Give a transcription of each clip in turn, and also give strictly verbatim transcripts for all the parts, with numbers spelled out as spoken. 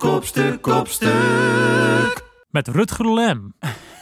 kopstuk, kopstuk. Met Rutger Lem.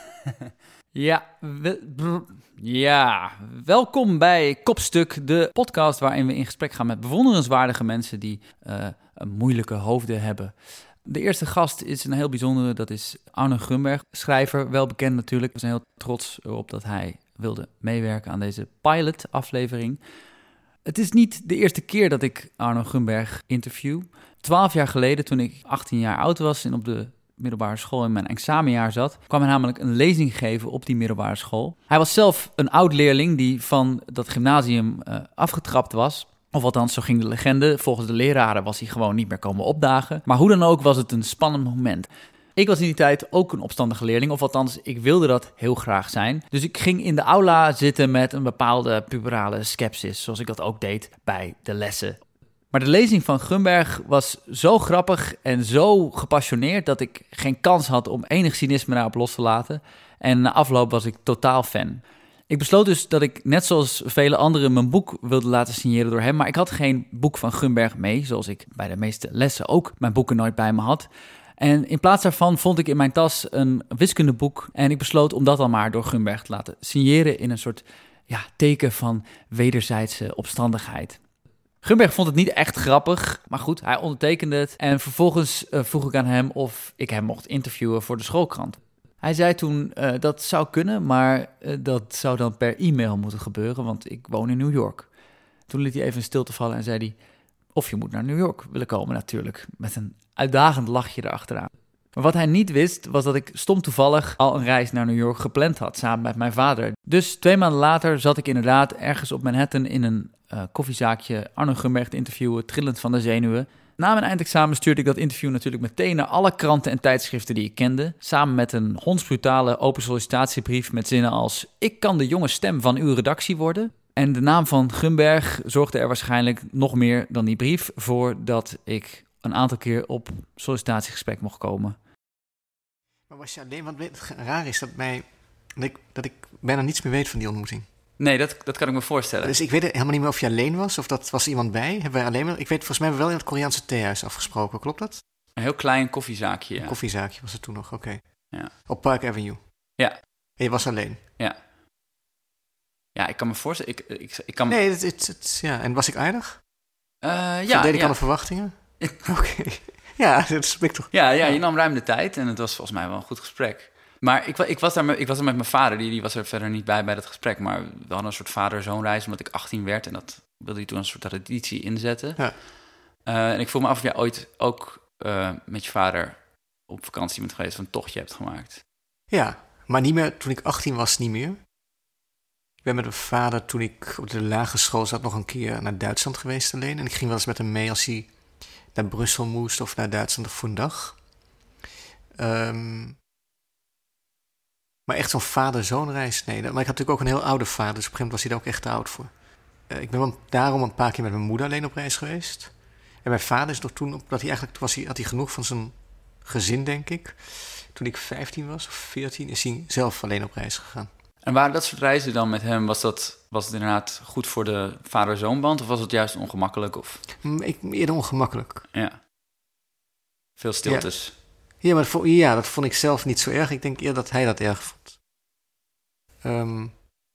Ja, we, br- ja, welkom bij Kopstuk, de podcast waarin we in gesprek gaan met bewonderenswaardige mensen die uh, een moeilijke hoofden hebben. De eerste gast is een heel bijzondere, dat is Arno Grunberg, schrijver, wel bekend natuurlijk. We zijn heel trots op dat hij wilde meewerken aan deze pilot-aflevering. Het is niet de eerste keer dat ik Arno Grunberg interview. Twaalf jaar geleden, toen ik achttien jaar oud was en op de middelbare school in mijn examenjaar zat, kwam hij namelijk een lezing geven op die middelbare school. Hij was zelf een oud-leerling die van dat gymnasium uh, afgetrapt was. Of althans, zo ging de legende. Volgens de leraren was hij gewoon niet meer komen opdagen. Maar hoe dan ook was het een spannend moment. Ik was in die tijd ook een opstandige leerling, of althans, ik wilde dat heel graag zijn. Dus ik ging in de aula zitten met een bepaalde puberale scepsis, zoals ik dat ook deed bij de lessen. Maar de lezing van Grunberg was zo grappig en zo gepassioneerd dat ik geen kans had om enig cynisme daarop los te laten. En na afloop was ik totaal fan. Ik besloot dus dat ik, net zoals vele anderen, mijn boek wilde laten signeren door hem. Maar ik had geen boek van Grunberg mee, zoals ik bij de meeste lessen ook mijn boeken nooit bij me had. En in plaats daarvan vond ik in mijn tas een wiskundeboek. En ik besloot om dat dan maar door Grunberg te laten signeren in een soort ja, teken van wederzijdse opstandigheid. Grunberg vond het niet echt grappig, maar goed, hij ondertekende het. En vervolgens uh, vroeg ik aan hem of ik hem mocht interviewen voor de schoolkrant. Hij zei toen, uh, dat zou kunnen, maar uh, dat zou dan per e-mail moeten gebeuren, want ik woon in New York. Toen liet hij even in stilte vallen en zei hij, of je moet naar New York willen komen natuurlijk, met een uitdagend lachje erachteraan. Maar wat hij niet wist, was dat ik stom toevallig al een reis naar New York gepland had, samen met mijn vader. Dus twee maanden later zat ik inderdaad ergens op Manhattan in een uh, koffiezaakje Arno Grunberg te interviewen, trillend van de zenuwen. Na mijn eindexamen stuurde ik dat interview natuurlijk meteen naar alle kranten en tijdschriften die ik kende, samen met een hondsbrutale open sollicitatiebrief met zinnen als: ik kan de jonge stem van uw redactie worden. En de naam van Grunberg zorgde er waarschijnlijk nog meer dan die brief voor dat ik een aantal keer op sollicitatiegesprek mocht komen. Maar was je alleen, want het raar is dat, mij, dat, ik, dat ik bijna niets meer weet van die ontmoeting. Nee, dat, dat kan ik me voorstellen. Dus ik weet helemaal niet meer of je alleen was, of dat was iemand bij. Hebben wij alleen maar, ik weet, volgens mij hebben we wel in het Koreaanse theehuis afgesproken, klopt dat? Een heel klein koffiezaakje, ja. Een koffiezaakje was het toen nog, oké. Okay. Ja. Op Park Avenue. Ja. En je was alleen? Ja. Ja, ik kan me voorstellen, ik, ik, ik kan... Nee, het, het, het, ja, en was ik aardig? Uh, ja. Voldeed ik ja. aan de verwachtingen? Oké. Okay. Ja, dat is ik toch. Ja, ja, je nam ruim de tijd en het was volgens mij wel een goed gesprek. Maar ik, ik, was, daar met, ik was er met mijn vader, die, die was er verder niet bij bij dat gesprek. Maar we hadden een soort vader-zoonreis, omdat ik achttien werd. En dat wilde hij toen een soort traditie inzetten. Ja. Uh, en ik vroeg me af of jij ooit ook uh, met je vader op vakantie bent geweest of een tochtje hebt gemaakt. Ja, maar niet meer toen ik achttien was, niet meer. Ik ben met mijn vader, toen ik op de lagere school zat, nog een keer naar Duitsland geweest alleen. En ik ging wel eens met hem mee als hij naar Brussel moest of naar Duitsland voor een dag. Um, maar echt zo'n vader-zoonreis, nee. Maar ik had natuurlijk ook een heel oude vader, dus op een gegeven moment was hij daar ook echt te oud voor. Uh, ik ben daarom een paar keer met mijn moeder alleen op reis geweest. En mijn vader is nog toen, omdat hij eigenlijk, was hij, had hij genoeg van zijn gezin, denk ik. Toen ik vijftien was, of veertien, is hij zelf alleen op reis gegaan. En waren dat soort reizen dan met hem, was, dat, was het inderdaad goed voor de vader-zoonband of was het juist ongemakkelijk? Of? Ik, eerder ongemakkelijk. Ja. Veel stiltes. Ja, ja, maar dat, ja, dat vond ik zelf niet zo erg. Ik denk eerder dat hij dat erg vond. Um,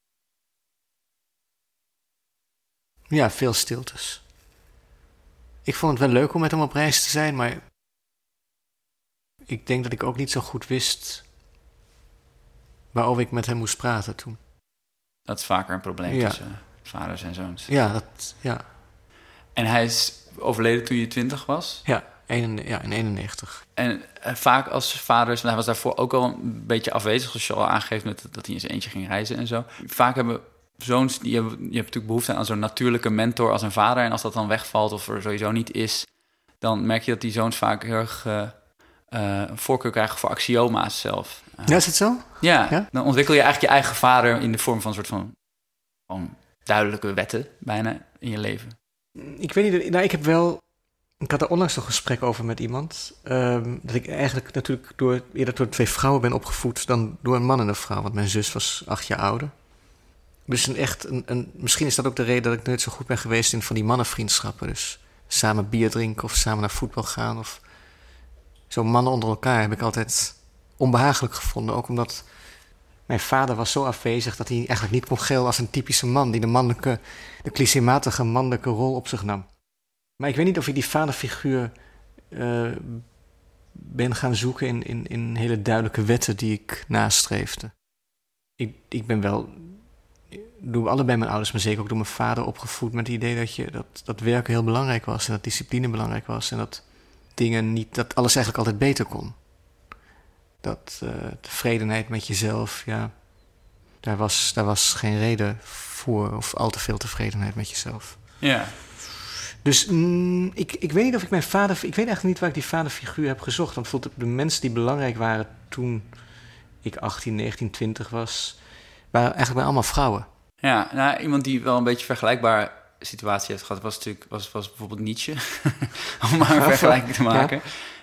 ja, veel stiltes. Ik vond het wel leuk om met hem op reis te zijn, maar ik denk dat ik ook niet zo goed wist waarover ik met hem moest praten toen. Dat is vaker een probleem ja. tussen vaders en zoons. Ja, dat, ja. En hij is overleden toen je twintig was? Ja, een, ja in eenennegentig. En uh, vaak als vaders, want hij was daarvoor ook al een beetje afwezig, zoals je al aangeeft met dat hij in zijn eentje ging reizen en zo. Vaak hebben zoons, die hebben, je hebt natuurlijk behoefte aan zo'n natuurlijke mentor als een vader. En als dat dan wegvalt of er sowieso niet is, dan merk je dat die zoons vaak heel erg uh, uh, een voorkeur krijgen voor axioma's zelf. Uh, ja, is het zo? Ja, ja, dan ontwikkel je eigenlijk je eigen vader in de vorm van een soort van, van duidelijke wetten bijna in je leven. Ik weet niet, nou ik heb wel, ik had er onlangs nog een gesprek over met iemand, um, dat ik eigenlijk natuurlijk door, eerder door twee vrouwen ben opgevoed dan door een man en een vrouw, want mijn zus was acht jaar ouder. Dus een echt, een, een, misschien is dat ook de reden dat ik nooit zo goed ben geweest in van die mannenvriendschappen. Dus samen bier drinken of samen naar voetbal gaan. Of zo mannen onder elkaar heb ik altijd onbehagelijk gevonden. Ook omdat mijn vader was zo afwezig dat hij eigenlijk niet kon gelden als een typische man die de mannelijke, de clichématige mannelijke rol op zich nam. Maar ik weet niet of ik die vaderfiguur uh, ben gaan zoeken in, in, in hele duidelijke wetten die ik nastreefde. Ik, ik ben wel door allebei mijn ouders, maar zeker ook door mijn vader opgevoed met het idee dat, je, dat, dat werken heel belangrijk was en dat discipline belangrijk was en dat dingen niet, dat alles eigenlijk altijd beter kon. Dat uh, tevredenheid met jezelf, ja, daar was, daar was geen reden voor of al te veel tevredenheid met jezelf. Ja. Dus mm, ik, ik weet niet of ik mijn vader, ik weet eigenlijk niet waar ik die vaderfiguur heb gezocht. Want bijvoorbeeld de mensen die belangrijk waren toen ik achttien, negentien, twintig was, waren eigenlijk bij allemaal vrouwen. Ja, nou, iemand die wel een beetje vergelijkbare situatie heeft gehad, was natuurlijk was, was bijvoorbeeld Nietzsche. Om maar een vergelijking te maken.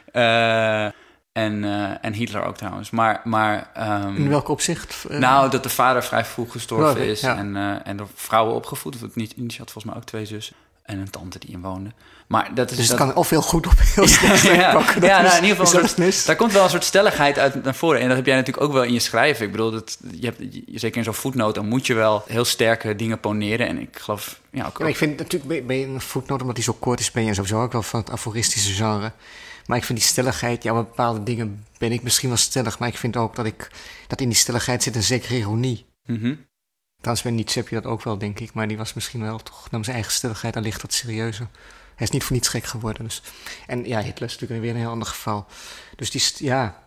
Ja. Uh, en, uh, en Hitler ook trouwens. Maar, maar, um, in welk opzicht? Uh, nou, dat de vader vrij vroeg gestorven oh, is. Ja. En, uh, en door vrouwen opgevoed. Nietzsche had volgens mij ook twee zussen. En een tante die inwoonde. Maar dat is dus het dat... kan of heel goed of heel slecht ja, ja, pakken. Ja, is, nou, in ieder geval, soort, daar komt wel een soort stelligheid uit naar voren. En dat heb jij natuurlijk ook wel in je schrijven. Ik bedoel, dat, je hebt, zeker in zo'n voetnoot, dan moet je wel heel sterke dingen poneren. En ik geloof... Ja, ook, ja, ik vind natuurlijk bij een voetnoot, omdat die zo kort is, ben je sowieso ook wel van het aforistische genre. Maar ik vind die stelligheid, ja, bepaalde dingen ben ik misschien wel stellig. Maar ik vind ook dat, ik, dat in die stelligheid zit een zekere ironie. Mm-hmm. Trouwens, bij Nietzsche heb je dat ook wel, denk ik. Maar die was misschien wel toch, nam zijn eigen stelligheid, daar ligt wat serieuzer. Hij is niet voor niets gek geworden. Dus. En ja, Hitler is natuurlijk weer een heel ander geval. Dus die, ja...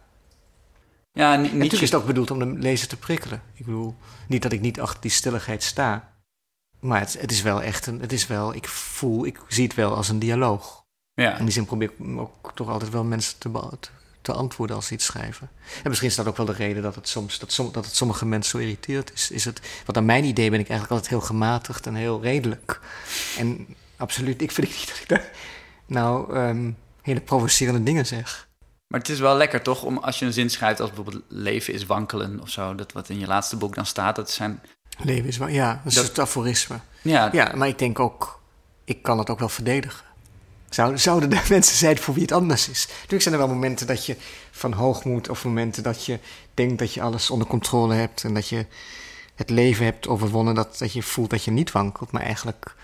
Ja, Nietzsche... natuurlijk is het ook bedoeld om de lezer te prikkelen. Ik bedoel, niet dat ik niet achter die stelligheid sta. Maar het, het is wel echt een... Het is wel, ik voel, ik zie het wel als een dialoog. Ja. In die zin probeer ik ook toch altijd wel mensen te, te, te antwoorden als ze iets schrijven. En misschien is dat ook wel de reden dat het soms dat, som, dat het sommige mensen zo irriteert is. is het, want aan mijn idee ben ik eigenlijk altijd heel gematigd en heel redelijk. En absoluut, ik vind niet dat ik daar nou um, hele provocerende dingen zeg. Maar het is wel lekker toch, om als je een zin schrijft als bijvoorbeeld leven is wankelen of zo, dat wat in je laatste boek dan staat, dat zijn... Leven is wankelen, ja, dat is het aforisme. Ja. ja, maar ik denk ook, ik kan het ook wel verdedigen. Zou, zouden er mensen zijn voor wie het anders is? Natuurlijk zijn er wel momenten dat je van hoogmoed, of momenten dat je denkt dat je alles onder controle hebt en dat je het leven hebt overwonnen, dat, dat je voelt dat je niet wankelt. Maar eigenlijk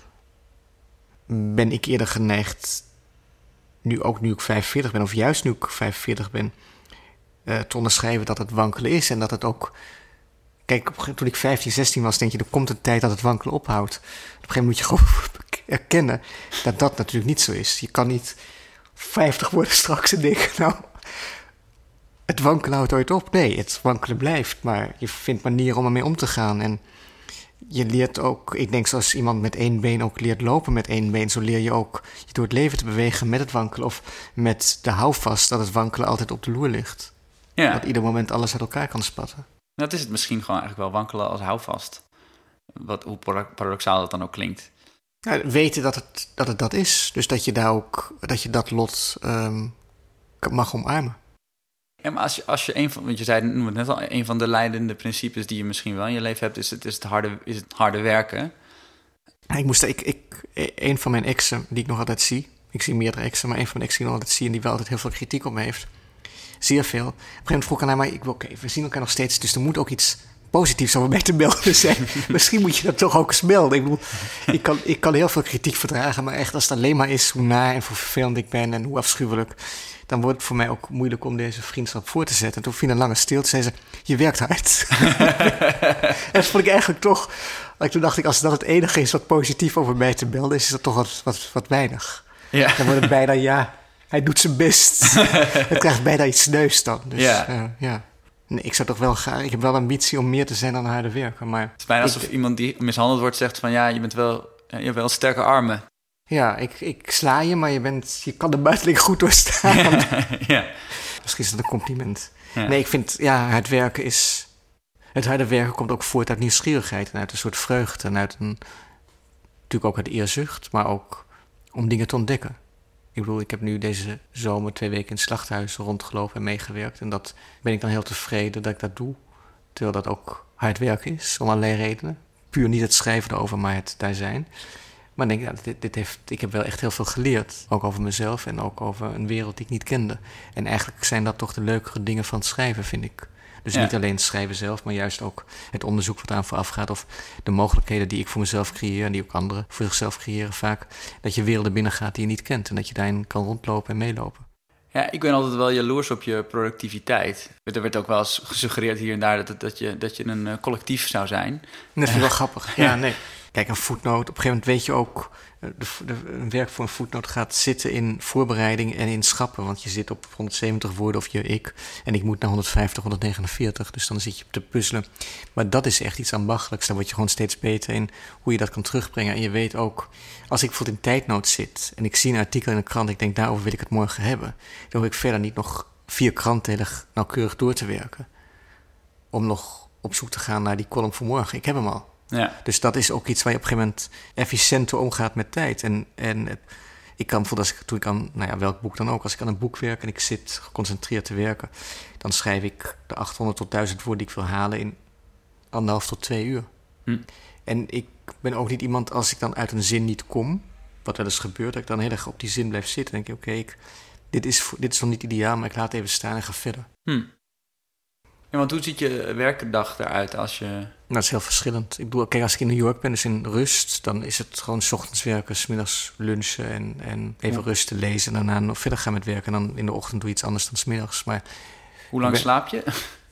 ben ik eerder geneigd, nu ook nu ik vijfenveertig ben, of juist nu ik vijfenveertig ben, uh, te onderschrijven dat het wankelen is. En dat het ook... Kijk, toen ik vijftien, zestien was, denk je, er komt een tijd dat het wankelen ophoudt. Op een gegeven moment moet je gewoon erkennen dat dat natuurlijk niet zo is. Je kan niet vijftig worden straks en denken, nou, het wankelen houdt ooit op. Nee, het wankelen blijft, maar je vindt manieren om ermee om te gaan. En je leert ook, ik denk zoals iemand met één been ook leert lopen met één been, zo leer je ook je door het leven te bewegen met het wankelen of met de houvast dat het wankelen altijd op de loer ligt. Ja. Dat ieder moment alles uit elkaar kan spatten. Dat is het misschien gewoon eigenlijk wel, wankelen als houvast. Wat, hoe paradoxaal dat dan ook klinkt. Ja, weten dat het, dat het dat is. Dus dat je daar ook, dat je dat lot um, mag omarmen. Ja, maar als je, als je een van, want je zei noem het net al, een van de leidende principes die je misschien wel in je leven hebt, is het, is het, harde, is het harde werken. Ik moest, ik, ik, een van mijn exen, die ik nog altijd zie, ik zie meerdere exen, maar een van mijn exen die ik nog altijd zie en die wel altijd heel veel kritiek op me heeft, zeer veel. Op een gegeven moment vroeg ik aan haar, maar ik wil, oké, okay, we zien elkaar nog steeds, dus er moet ook iets positiefs over mij te melden zijn. Misschien moet je dat toch ook eens melden. Ik bedoel, ik kan, ik kan heel veel kritiek verdragen, maar echt als het alleen maar is hoe naar en hoe vervelend ik ben en hoe afschuwelijk, dan wordt het voor mij ook moeilijk om deze vriendschap voor te zetten. En toen viel een lange stilte, zei ze, je werkt hard. En dat vond ik eigenlijk toch, toen dacht ik, als dat het enige is wat positief over mij te melden is, is dat toch wat, wat, wat weinig. Ja. Dan wordt het bijna, ja, hij doet zijn best. Het krijgt bijna iets neus dan. Dus, ja. Uh, ja. Nee, ik zou toch wel graag, ik heb wel ambitie om meer te zijn dan harde werken, maar... Het is bijna alsof ik, iemand die mishandeld wordt zegt van, ja, je bent wel, je hebt wel sterke armen. Ja, ik, ik sla je, maar je, bent, je kan de buiteling goed doorstaan. Ja, ja. Misschien is dat een compliment. Ja. Nee, ik vind, ja, hard werken is... Het harde werken komt ook voort uit nieuwsgierigheid en uit een soort vreugde en uit een... Natuurlijk ook uit eerzucht, maar ook om dingen te ontdekken. Ik bedoel, ik heb nu deze zomer twee weken in slachthuizen rondgelopen en meegewerkt. En dat ben ik dan heel tevreden dat ik dat doe. Terwijl dat ook hard werk is, om allerlei redenen. Puur niet het schrijven erover, maar het daar zijn. Maar ik denk, ja, dit, dit heeft, ik heb wel echt heel veel geleerd. Ook over mezelf en ook over een wereld die ik niet kende. En eigenlijk zijn dat toch de leukere dingen van het schrijven, vind ik. Dus ja. Niet alleen het schrijven zelf, maar juist ook het onderzoek wat aan vooraf gaat. Of de mogelijkheden die ik voor mezelf creëer en die ook anderen voor zichzelf creëren vaak. Dat je werelden binnengaat die je niet kent en dat je daarin kan rondlopen en meelopen. Ja, ik ben altijd wel jaloers op je productiviteit. Er werd ook wel eens gesuggereerd hier en daar dat, dat, je, dat je een uh, collectief zou zijn. Dat vind ik wel grappig. Ja, nee. Kijk, een voetnoot. Op een gegeven moment weet je ook... De, de, een werk voor een voetnoot gaat zitten in voorbereiding en in schappen. Want je zit op honderdzeventig woorden of je ik. En ik moet naar honderdvijftig, honderdnegenenveertig. Dus dan zit je te puzzelen. Maar dat is echt iets ambachtelijks. Dan word je gewoon steeds beter in hoe je dat kan terugbrengen. En je weet ook... Als ik bijvoorbeeld in tijdnood zit en ik zie een artikel in een krant... ik denk, daarover wil ik het morgen hebben. Dan hoef ik verder niet nog vier kranten heel erg nauwkeurig door te werken. Om nog op zoek te gaan naar die column voor morgen. Ik heb hem al. Ja. Dus dat is ook iets waar je op een gegeven moment efficiënter omgaat met tijd. En, en het, ik kan bijvoorbeeld, als ik, toen ik aan, nou ja, welk boek dan ook, als ik aan een boek werk en ik zit geconcentreerd te werken, dan schrijf ik de achthonderd tot duizend woorden die ik wil halen in anderhalf tot twee uur. Hm. En ik ben ook niet iemand, als ik dan uit een zin niet kom, wat wel eens gebeurt, dat ik dan heel erg op die zin blijf zitten. Dan denk ik, oké, okay, dit is dit is nog niet ideaal, maar ik laat het even staan en ga verder. Hm. Ja, want hoe ziet je werkdag eruit als je... Nou, dat is heel verschillend. Ik bedoel, kijk, als ik in New York ben, dus in rust, dan is het gewoon 's ochtends werken, 's middags lunchen en, en even ja. rusten, lezen en daarna nog verder gaan met werken. En dan in de ochtend doe je iets anders dan 's middags. Maar hoe lang ben... slaap je?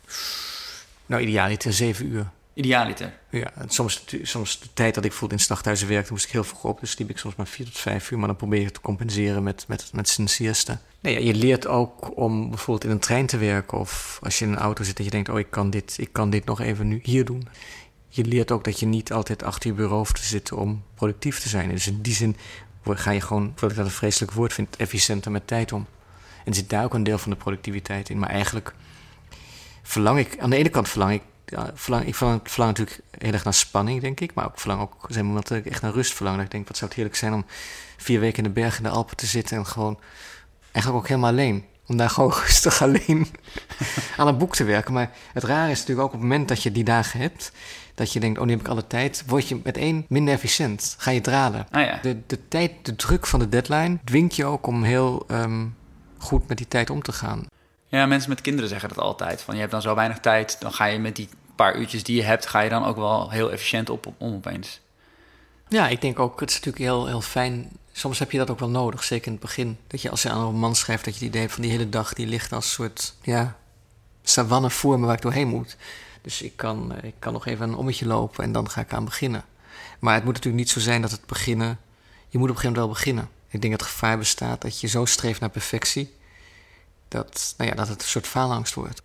Nou, idealiter zeven uur. Idealiter? Ja, soms, soms de tijd dat ik bijvoorbeeld in slachthuizen werkte, moest ik heel vroeg op. Dus sliep ik soms maar vier tot vijf uur. Maar dan probeer je het te compenseren met, met, met zijn siesta. Nee, ja, je leert ook om bijvoorbeeld in een trein te werken. Of als je in een auto zit dat je denkt, oh, ik kan dit, ik kan dit nog even nu hier doen. Je leert ook dat je niet altijd achter je bureau hoeft te zitten om productief te zijn. Dus in die zin ga je gewoon, wat ik dat een vreselijk woord vind, efficiënter met tijd om. En zit daar ook een deel van de productiviteit in. Maar eigenlijk verlang ik, aan de ene kant verlang ik, Ja, verlang, ik verlang, verlang natuurlijk heel erg naar spanning, denk ik. Maar ook verlang ook, zijn momenten dat ik echt naar rust verlang. Dat ik denk, wat zou het heerlijk zijn om vier weken in de bergen in de Alpen te zitten en gewoon, eigenlijk ook helemaal alleen. Om daar gewoon rustig alleen aan een boek te werken. Maar het rare is natuurlijk ook op het moment dat je die dagen hebt, dat je denkt, oh, nu heb ik alle tijd, word je meteen minder efficiënt. Ga je dralen. Ah, ja. de, de tijd, de druk van de deadline dwingt je ook om heel um, goed met die tijd om te gaan. Ja, mensen met kinderen zeggen dat altijd. Van, je hebt dan zo weinig tijd, dan ga je met die paar uurtjes die je hebt, ga je dan ook wel heel efficiënt op, op om opeens. Ja, ik denk ook, het is natuurlijk heel, heel fijn. Soms heb je dat ook wel nodig, zeker in het begin. Dat je als je aan een roman schrijft, dat je het idee hebt van die hele dag, die ligt als een soort, ja, savanne voor me waar ik doorheen moet. Dus ik kan, ik kan nog even een ommetje lopen en dan ga ik aan beginnen. Maar het moet natuurlijk niet zo zijn dat het beginnen, je moet op een gegeven moment wel beginnen. Ik denk dat het gevaar bestaat dat je zo streeft naar perfectie, dat, nou ja, dat het een soort faalangst wordt.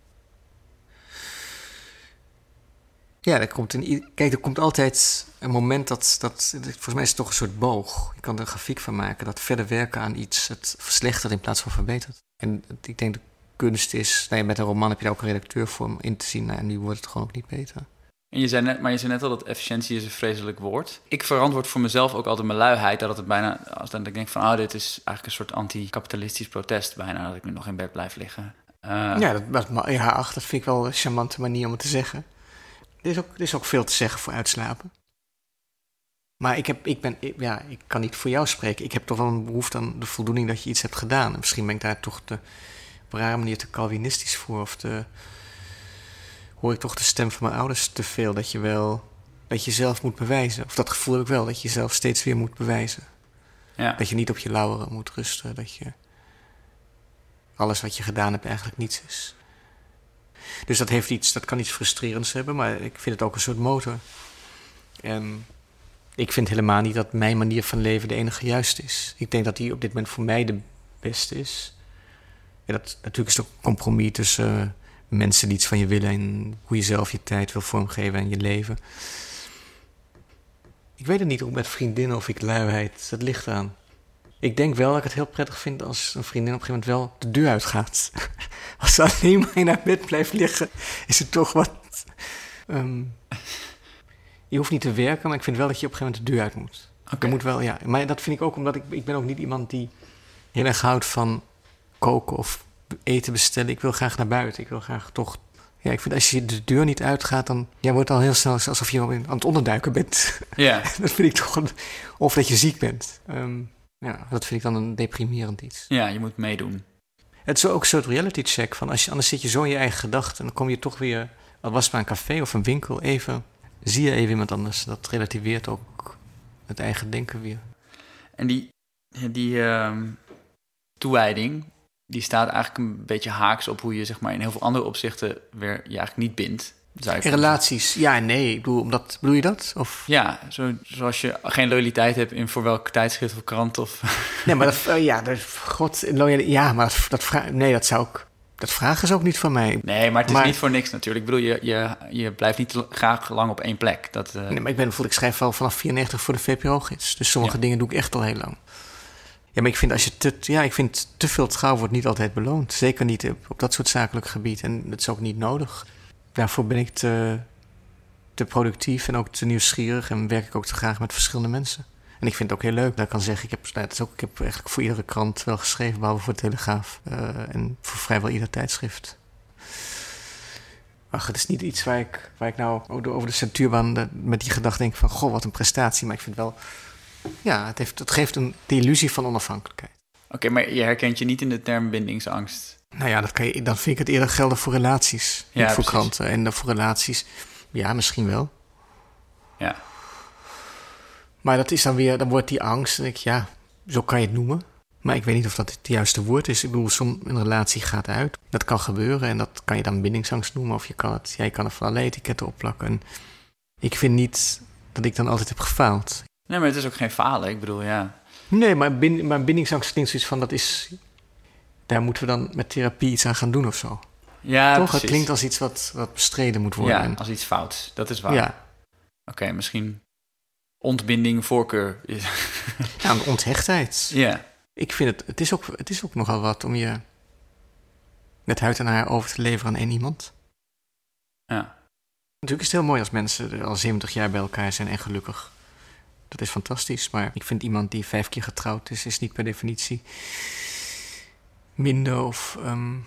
Ja, er komt een, kijk, er komt altijd een moment dat, dat... Volgens mij is het toch een soort boog. Je kan er een grafiek van maken dat verder werken aan iets het verslechtert in plaats van verbetert. En ik denk de kunst is... Nou ja, met een roman heb je daar ook een redacteur voor om in te zien. Nou, en nu wordt het gewoon ook niet beter. En je zei net, maar je zei net al dat efficiëntie is een vreselijk woord. Ik verantwoord voor mezelf ook altijd mijn luiheid. Dat het bijna, als dan ik denk van, oh, dit is eigenlijk een soort anti-kapitalistisch protest bijna. Dat ik nu nog in bed blijf liggen. Uh, ja, dat, dat, ja, ach, dat vind ik wel een charmante manier om het te zeggen. Er is ook, er is ook veel te zeggen voor uitslapen. Maar ik, heb, ik, ben, ik, ja, ik kan niet voor jou spreken. Ik heb toch wel een behoefte aan de voldoening dat je iets hebt gedaan. En misschien ben ik daar toch de, op een rare manier te Calvinistisch voor. Of de, hoor ik toch de stem van mijn ouders te veel. Dat je wel, dat je zelf moet bewijzen. Of dat gevoel heb ik wel, dat je zelf steeds weer moet bewijzen. Ja. Dat je niet op je lauweren moet rusten. Dat je alles wat je gedaan hebt eigenlijk niets is. Dus dat heeft iets, dat kan iets frustrerends hebben, maar ik vind het ook een soort motor. En ik vind helemaal niet dat mijn manier van leven de enige juiste is. Ik denk dat die op dit moment voor mij de beste is. En dat, natuurlijk is het ook een compromis tussen uh, mensen die iets van je willen en hoe je zelf je tijd wil vormgeven en je leven. Ik weet het niet hoe met vriendinnen of ik luiheid, dat ligt eraan. Ik denk wel dat ik het heel prettig vind als een vriendin op een gegeven moment wel de deur uitgaat. Als ze alleen maar in haar bed blijft liggen, is het toch wat... Um, je hoeft niet te werken, maar ik vind wel dat je op een gegeven moment de deur uit moet. Okay. Je moet wel, ja. Maar dat vind ik ook omdat ik... Ik ben ook niet iemand die heel erg houdt van koken of eten bestellen. Ik wil graag naar buiten. Ik wil graag toch Ja, ik vind als je de deur niet uitgaat, dan ja, wordt het al heel snel alsof je aan het onderduiken bent. Ja. Dat vind ik toch een, of dat je ziek bent. Um, ja, dat vind ik dan een deprimerend iets. Ja, je moet meedoen. Het is ook een soort reality check van als je, anders zit je zo in je eigen gedachten en dan kom je toch weer, al was het maar een café of een winkel, even, zie je even iemand anders. Dat relativeert ook het eigen denken weer. En die, die uh, toewijding, die staat eigenlijk een beetje haaks op hoe je zeg maar in heel veel andere opzichten weer je eigenlijk niet bindt. In relaties, ja en nee. Ik bedoel, omdat, bedoel je dat? Of? Ja, zo, zoals je geen loyaliteit hebt in voor welk tijdschrift of krant of... Nee, maar dat, uh, ja, dat, god, loyaliteit, ja, maar dat, dat vraag, nee, dat zou ik, dat vragen ze ook niet van mij. Nee, maar het is maar, niet voor niks natuurlijk. Ik bedoer, je, je, je blijft niet graag lang op één plek. Dat, uh... Nee, maar ik ben bijvoorbeeld, ik schrijf al vanaf vierennegentig voor de V P R O-gids. Dus sommige ja. dingen doe ik echt al heel lang. Ja, maar ik vind als je te, ja, ik vind te veel trouw wordt niet altijd beloond. Zeker niet op, op dat soort zakelijk gebied. En dat is ook niet nodig. Daarvoor ben ik te, te productief en ook te nieuwsgierig en werk ik ook te graag met verschillende mensen. En ik vind het ook heel leuk dat ik kan zeggen, ik heb, nou, het is ook, ik heb eigenlijk voor iedere krant wel geschreven, behalve voor de Telegraaf uh, en voor vrijwel ieder tijdschrift. Ach, het is niet iets waar ik, waar ik nou over de centuurbaan de, met die gedachte denk van, goh, wat een prestatie. Maar ik vind wel, ja, het, heeft, het geeft een, de illusie van onafhankelijkheid. Oké, okay, maar je herkent je niet in de term bindingsangst? Nou ja, dat kan je, dan vind ik het eerder gelden voor relaties. Ja, niet voor precies. Kranten. En dan voor relaties, ja, misschien wel. Ja. Maar dat is dan weer, dan wordt die angst, en ik, ja, zo kan je het noemen. Maar ik weet niet of dat het juiste woord is. Ik bedoel, soms een relatie gaat uit. Dat kan gebeuren en dat kan je dan bindingsangst noemen. Of je kan het, ja, je kan er van allerlei etiketten opplakken. En ik vind niet dat ik dan altijd heb gefaald. Nee, maar het is ook geen falen, ik bedoel, ja. Nee, maar, bind, maar bindingsangst klinkt zoiets van, dat is... Daar moeten we dan met therapie iets aan gaan doen of zo. Ja, toch? Precies. Het klinkt als iets wat, wat bestreden moet worden. Ja, als iets fouts. Dat is waar. Ja. Oké, okay, misschien ontbinding, voorkeur. Ja, een onthechtheid. Ja. Ik vind het, het is, ook, het is ook nogal wat om je met huid en haar over te leveren aan één iemand. Ja. Natuurlijk is het heel mooi als mensen al zeventig jaar bij elkaar zijn en gelukkig. Dat is fantastisch, maar ik vind iemand die vijf keer getrouwd is, is niet per definitie minder of um,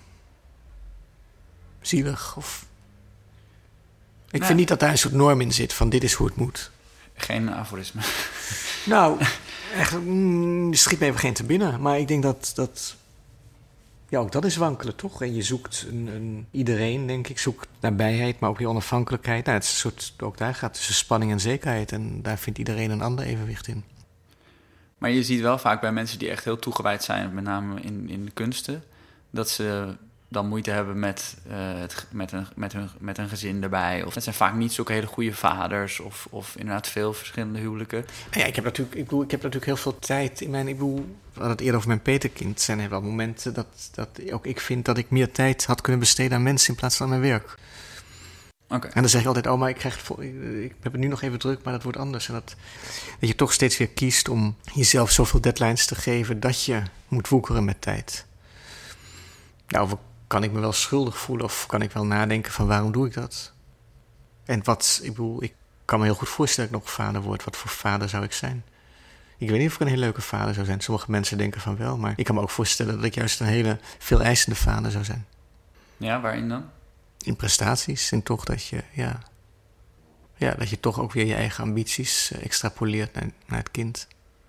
zielig. Of... Ik nee. vind niet dat daar een soort norm in zit van dit is hoe het moet. Geen aforisme. Nou, eigenlijk mm, schiet me even geen te binnen. Maar ik denk dat, dat ja, ook dat is wankelen, toch? En je zoekt een, een, iedereen, denk ik, zoekt nabijheid, maar ook die onafhankelijkheid. Nou, het is een soort, ook daar gaat tussen spanning en zekerheid. En daar vindt iedereen een ander evenwicht in. Maar je ziet wel vaak bij mensen die echt heel toegewijd zijn, met name in, in de kunsten, dat ze dan moeite hebben met, uh, het, met, een, met, hun, met een gezin erbij. Of het zijn vaak niet zulke hele goede vaders of, of inderdaad veel verschillende huwelijken. Ja, ik heb natuurlijk, ik bedoel, ik heb natuurlijk heel veel tijd in mijn... Ik bedoel, we hadden het eerder over mijn peterkind. Er zijn wel momenten dat, dat ook ik vind dat ik meer tijd had kunnen besteden aan mensen in plaats van aan mijn werk. Okay. En dan zeg ik altijd, oh, maar ik, krijg het, ik heb het nu nog even druk, maar dat wordt anders. En dat, dat je toch steeds weer kiest om jezelf zoveel deadlines te geven dat je moet woekeren met tijd. Nou, kan ik me wel schuldig voelen of kan ik wel nadenken van waarom doe ik dat? En wat, ik bedoel, ik kan me heel goed voorstellen dat ik nog vader word. Wat voor vader zou ik zijn? Ik weet niet of ik een hele leuke vader zou zijn. Sommige mensen denken van wel, maar ik kan me ook voorstellen dat ik juist een hele veel eisende vader zou zijn. Ja, waarin dan? In prestaties. En toch dat je, ja, ja, dat je toch ook weer je eigen ambities uh, extrapoleert naar, naar het kind.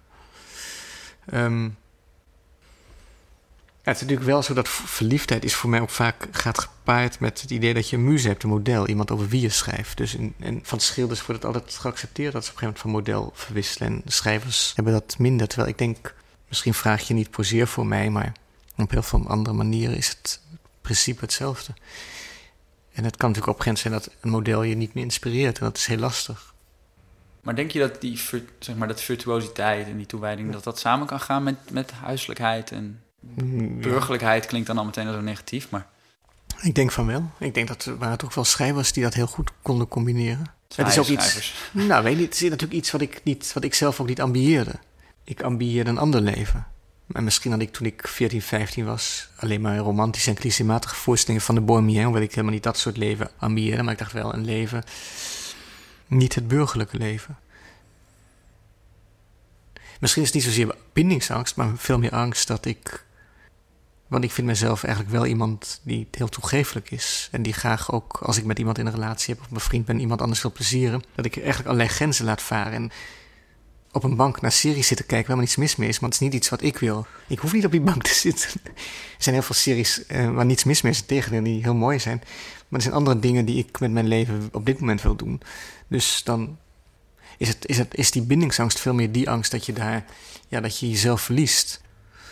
Um, ja, het is natuurlijk wel zo dat verliefdheid is voor mij ook vaak gaat gepaard met het idee dat je een muze hebt, een model, iemand over wie je schrijft. Dus in, en van schilders wordt het altijd geaccepteerd dat ze op een gegeven moment van model verwisselen. En de schrijvers hebben dat minder. Terwijl ik denk, misschien vraag je niet poseer voor mij, maar op heel veel andere manieren is het principe hetzelfde. En het kan natuurlijk op een gegeven moment zijn dat een model je niet meer inspireert. En dat is heel lastig. Maar denk je dat die zeg maar, dat virtuositeit en die toewijding, ja, dat dat samen kan gaan met, met huiselijkheid en burgerlijkheid? Klinkt dan al meteen zo negatief, maar... Ik denk van wel. Ik denk dat er waren toch wel schrijvers die dat heel goed konden combineren. Het is ook iets... Nou, weet je, het is natuurlijk iets wat ik, niet, wat ik zelf ook niet ambieerde. Ik ambieerde een ander leven. En misschien had ik toen ik veertien, vijftien was alleen maar romantische en clichématige voorstellingen van de Bohemien, hoewel ik helemaal niet dat soort leven ambieerde. Maar ik dacht wel een leven, niet het burgerlijke leven. Misschien is het niet zozeer bindingsangst, maar veel meer angst dat ik Want ik vind mezelf eigenlijk wel iemand die heel toegeeflijk is. En die graag ook, als ik met iemand in een relatie heb of bevriend ben, iemand anders wil plezieren, dat ik eigenlijk allerlei grenzen laat varen. En op een bank naar series zitten kijken waar maar niets mis mee is, maar het is niet iets wat ik wil. Ik hoef niet op die bank te zitten. Er zijn heel veel series uh, waar niets mis mee is, integendeel, die heel mooi zijn. Maar er zijn andere dingen die ik met mijn leven op dit moment wil doen. Dus dan is, het, is, het, is die bindingsangst veel meer die angst dat je daar, ja, dat je jezelf verliest.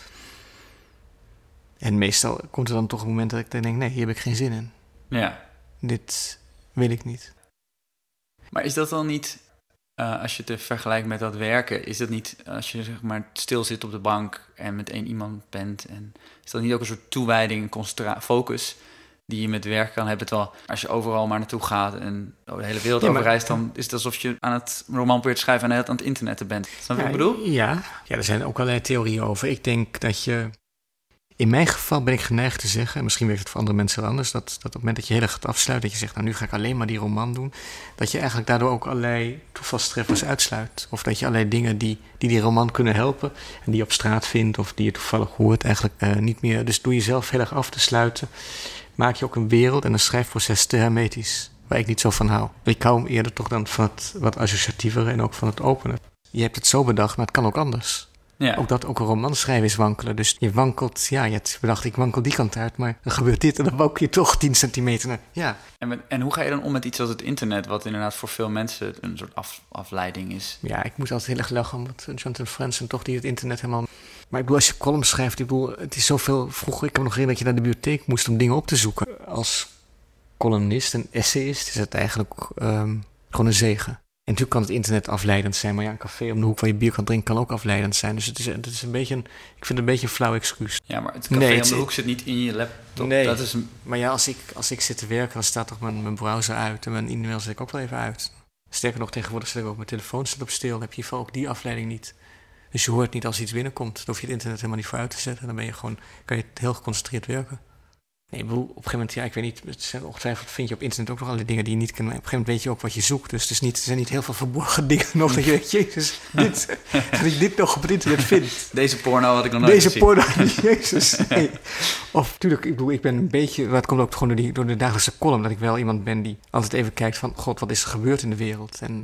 En meestal komt er dan toch een moment dat ik dan denk, nee, hier heb ik geen zin in. Ja. Dit wil ik niet. Maar is dat dan niet, uh, als je het vergelijkt met dat werken, is dat niet, als je zeg maar stil zit op de bank en met één iemand bent, en is dat niet ook een soort toewijding, concentra- focus die je met werk kan hebben? Terwijl als je overal maar naartoe gaat en de hele wereld ja, maar, overreist, dan is het alsof je aan het roman probeert te schrijven en net aan het internetten bent. Snap je ja, wat ik bedoel? Ja. ja, er zijn ook allerlei theorieën over. Ik denk dat je, in mijn geval ben ik geneigd te zeggen, en misschien werkt het voor andere mensen wel anders, dat, dat op het moment dat je heel erg gaat afsluiten, dat je zegt, nou nu ga ik alleen maar die roman doen, dat je eigenlijk daardoor ook allerlei toevalstreffers uitsluit. Of dat je allerlei dingen die die, die roman kunnen helpen, en die je op straat vindt, of die je toevallig hoort, eigenlijk uh, niet meer. Dus door jezelf heel erg af te sluiten, maak je ook een wereld en een schrijfproces te hermetisch, waar ik niet zo van hou. Ik hou eerder toch dan van het wat associatievere en ook van het openen. Je hebt het zo bedacht, maar het kan ook anders. Ja. Ook dat ook een roman schrijven is wankelen. Dus je wankelt, ja, je hebt bedacht, ik wankel die kant uit, maar dan gebeurt dit en dan wankel je toch tien centimeter naar. Ja. En, met, en hoe ga je dan om met iets als het internet, wat inderdaad voor veel mensen een soort af, afleiding is? Ja, ik moet altijd heel erg lachen, omdat Jonathan Franzen toch die het internet helemaal. Maar ik bedoel, als je columns schrijft, ik bedoel, het is zoveel. Vroeger, ik heb nog herinnerd dat je naar de bibliotheek moest om dingen op te zoeken. Als columnist en essayist is het eigenlijk um, gewoon een zegen. En natuurlijk kan het internet afleidend zijn, maar ja, een café om de hoek waar je bier kan drinken kan ook afleidend zijn. Dus het is, het is een beetje een, ik vind het een beetje een flauw excuus. Ja, maar het café nee, het, om de hoek zit niet in je laptop. Nee, dat is een... maar ja, als ik, als ik zit te werken, dan staat toch mijn, mijn browser uit en mijn e-mail zet ik ook wel even uit. Sterker nog, tegenwoordig zet ik ook mijn telefoon staat op stil, dan heb je in ieder geval ook die afleiding niet. Dus je hoort niet als iets binnenkomt, dan hoef je het internet helemaal niet voor uit te zetten. Dan ben je gewoon, kan je heel geconcentreerd werken. Nee, ik bedoel, op een gegeven moment, ja, ik weet niet, het zijn ongetwijfeld vind je op internet ook nog allerlei dingen die je niet kent. Maar op een gegeven moment weet je ook wat je zoekt. Dus het is niet, er zijn niet heel veel verborgen dingen nog dat je denkt, jezus, dit, dat ik dit nog op het internet vind. Deze porno had ik nog nooit Deze gezien. porno, jezus, nee. Of, natuurlijk, ik bedoel, ik ben een beetje, maar het komt ook gewoon door, die, door de dagelijkse column, dat ik wel iemand ben die altijd even kijkt van, god, wat is er gebeurd in de wereld? En,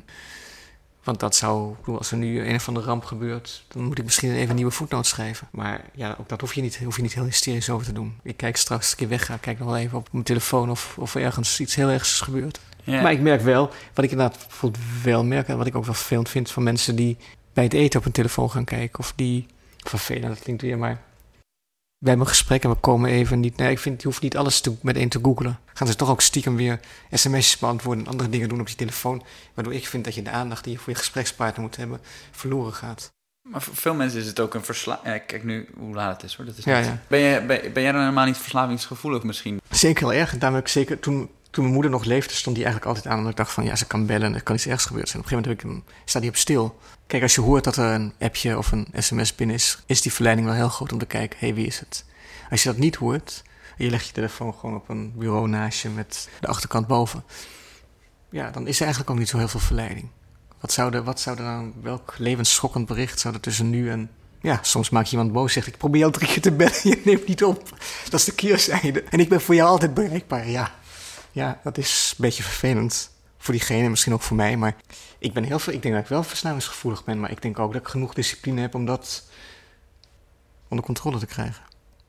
want dat zou, ik bedoel, als er nu een of andere ramp gebeurt, dan moet ik misschien even een nieuwe voetnoot schrijven. Maar ja, ook dat hoef je niet, hoef je niet heel hysterisch over te doen. Ik kijk straks als ik een keer wegga, kijk nog wel even op mijn telefoon of, of ergens iets heel ergs is gebeurd. Ja. Maar ik merk wel, wat ik inderdaad bijvoorbeeld wel merk, en wat ik ook wel vervelend vind van mensen die bij het eten op hun telefoon gaan kijken, of die, vervelend, dat klinkt weer, maar we hebben een gesprek en we komen even niet. Nee, ik vind, je hoeft niet alles te, meteen te googlen. Gaan ze toch ook stiekem weer sms'jes beantwoorden en andere dingen doen op je telefoon. Waardoor ik vind dat je de aandacht die je voor je gesprekspartner moet hebben, verloren gaat. Maar voor veel mensen is het ook een verslaving. Ja, kijk nu hoe laat het is hoor. Dat is ja, niet... ja. Ben, je, ben, ben jij dan helemaal niet verslavingsgevoelig misschien? Zeker wel erg. En daarom heb ik zeker, toen, toen mijn moeder nog leefde, stond die eigenlijk altijd aan. Omdat ik dacht van, ja, ze kan bellen en er kan iets ergs gebeurd zijn. Op een gegeven moment heb ik hem, staat die op stil. Kijk, als je hoort dat er een appje of een sms binnen is, is die verleiding wel heel groot om te kijken, hé, hey, wie is het? Als je dat niet hoort, en je legt je telefoon gewoon op een bureau naast je met de achterkant boven, ja, dan is er eigenlijk ook niet zo heel veel verleiding. Wat zou er, wat zou er nou, welk levensschokkend bericht zou er tussen nu en, ja, soms maak je iemand boos, zegt ik probeer al drie keer te bellen, je neemt niet op. Dat is de keerzijde. En ik ben voor jou altijd bereikbaar, ja. Ja, dat is een beetje vervelend. Voor diegene, misschien ook voor mij, maar ik ben heel veel, ik denk dat ik wel verslavingsgevoelig ben, maar ik denk ook dat ik genoeg discipline heb om dat onder controle te krijgen.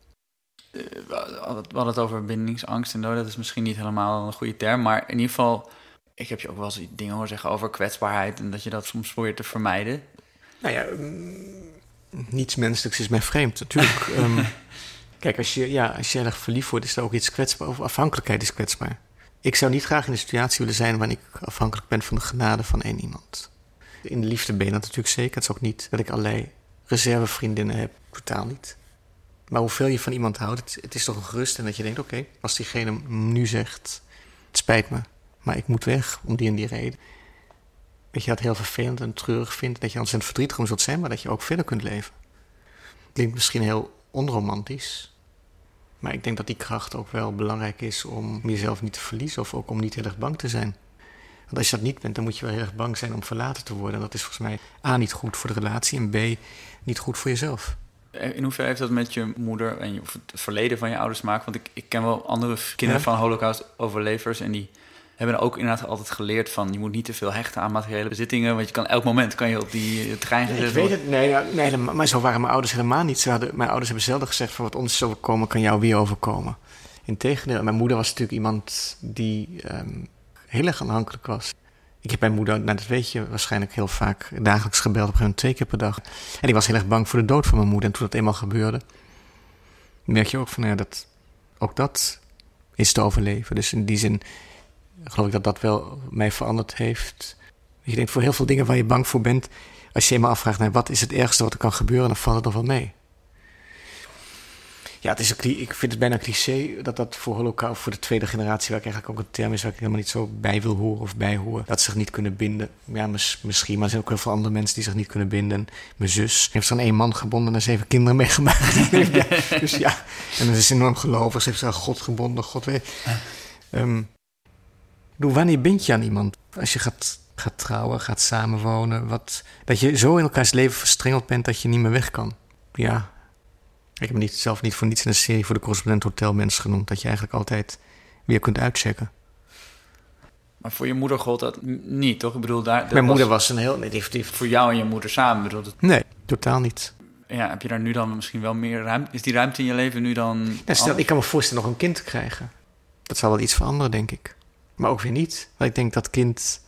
We hadden het over bindingsangst en zo. Dat is misschien niet helemaal een goede term. Maar in ieder geval, ik heb je ook wel eens dingen horen zeggen over kwetsbaarheid en dat je dat soms probeert te vermijden. Nou ja, um, niets menselijks is mij vreemd, natuurlijk. um, kijk, als je, ja, als je erg verliefd wordt, is er ook iets kwetsbaar. Of afhankelijkheid is kwetsbaar. Ik zou niet graag in de situatie willen zijn waarin ik afhankelijk ben van de genade van één iemand. In de liefde ben je dat natuurlijk zeker. Het is ook niet dat ik allerlei reservevriendinnen heb. Totaal niet. Maar hoeveel je van iemand houdt, het, het is toch een gerust. En dat je denkt, oké, okay, als diegene nu zegt, het spijt me, maar ik moet weg om die en die reden. Dat je dat heel vervelend en treurig vindt. Dat je ontzettend verdrietig om zult zijn, maar dat je ook verder kunt leven. Klinkt misschien heel onromantisch. Maar ik denk dat die kracht ook wel belangrijk is om jezelf niet te verliezen. Of ook om niet heel erg bang te zijn. Want als je dat niet bent, dan moet je wel heel erg bang zijn om verlaten te worden. En dat is volgens mij A, niet goed voor de relatie. En B, niet goed voor jezelf. In hoeverre heeft dat met je moeder en je, of het verleden van je ouders te maken? Want ik, ik ken wel andere kinderen ja. van Holocaust-overlevers en die hebben ook inderdaad altijd geleerd van je moet niet te veel hechten aan materiële bezittingen, want je kan elk moment kan je op die trein gezet worden. Ik weet het, nee, nou, nee, maar zo waren mijn ouders helemaal niet. Ze hadden, mijn ouders hebben zelden gezegd van wat ons is overkomen, kan jou weer overkomen. Integendeel, mijn moeder was natuurlijk iemand die um, heel erg aanhankelijk was. Ik heb mijn moeder, nou dat weet je, waarschijnlijk heel vaak dagelijks gebeld, op een gegeven moment twee keer per dag. En ik was heel erg bang voor de dood van mijn moeder. En toen dat eenmaal gebeurde, merk je ook van, ja, dat ook dat is te overleven. Dus in die zin geloof ik dat dat wel mij veranderd heeft. Je denkt voor heel veel dingen waar je bang voor bent, als je eenmaal afvraagt, nou, wat is het ergste wat er kan gebeuren, dan valt het nog wel mee. Ja, het is een, ik vind het bijna een cliché dat dat voor Holocaust, voor de tweede generatie, waar ik eigenlijk ook een term is waar ik helemaal niet zo bij wil horen of bij horen, dat ze zich niet kunnen binden. Ja, mis, misschien, maar er zijn ook heel veel andere mensen die zich niet kunnen binden. Mijn zus heeft zo'n één man gebonden en zeven kinderen meegemaakt. Ja, dus ja, en ze is enorm gelovig. Ze heeft zich aan God gebonden, God weet. Um, wanneer bind je aan iemand? Als je gaat, gaat trouwen, gaat samenwonen, wat, dat je zo in elkaars leven verstrengeld bent dat je niet meer weg kan. Ja. Ik heb me niet, zelf niet voor niets in de serie voor de correspondent hotelmens genoemd, dat je eigenlijk altijd weer kunt uitchecken. Maar voor je moeder gold dat niet, toch? Ik bedoel, daar. Mijn was moeder was een heel. Nee, die heeft, die heeft... Voor jou en je moeder samen bedoel het? Nee, totaal niet. Ja, heb je daar nu dan misschien wel meer ruimte? Is die ruimte in je leven nu dan? Ja, stel, ik kan me voorstellen nog een kind te krijgen. Dat zal wel iets veranderen, denk ik. Maar ook weer niet. Want ik denk dat kind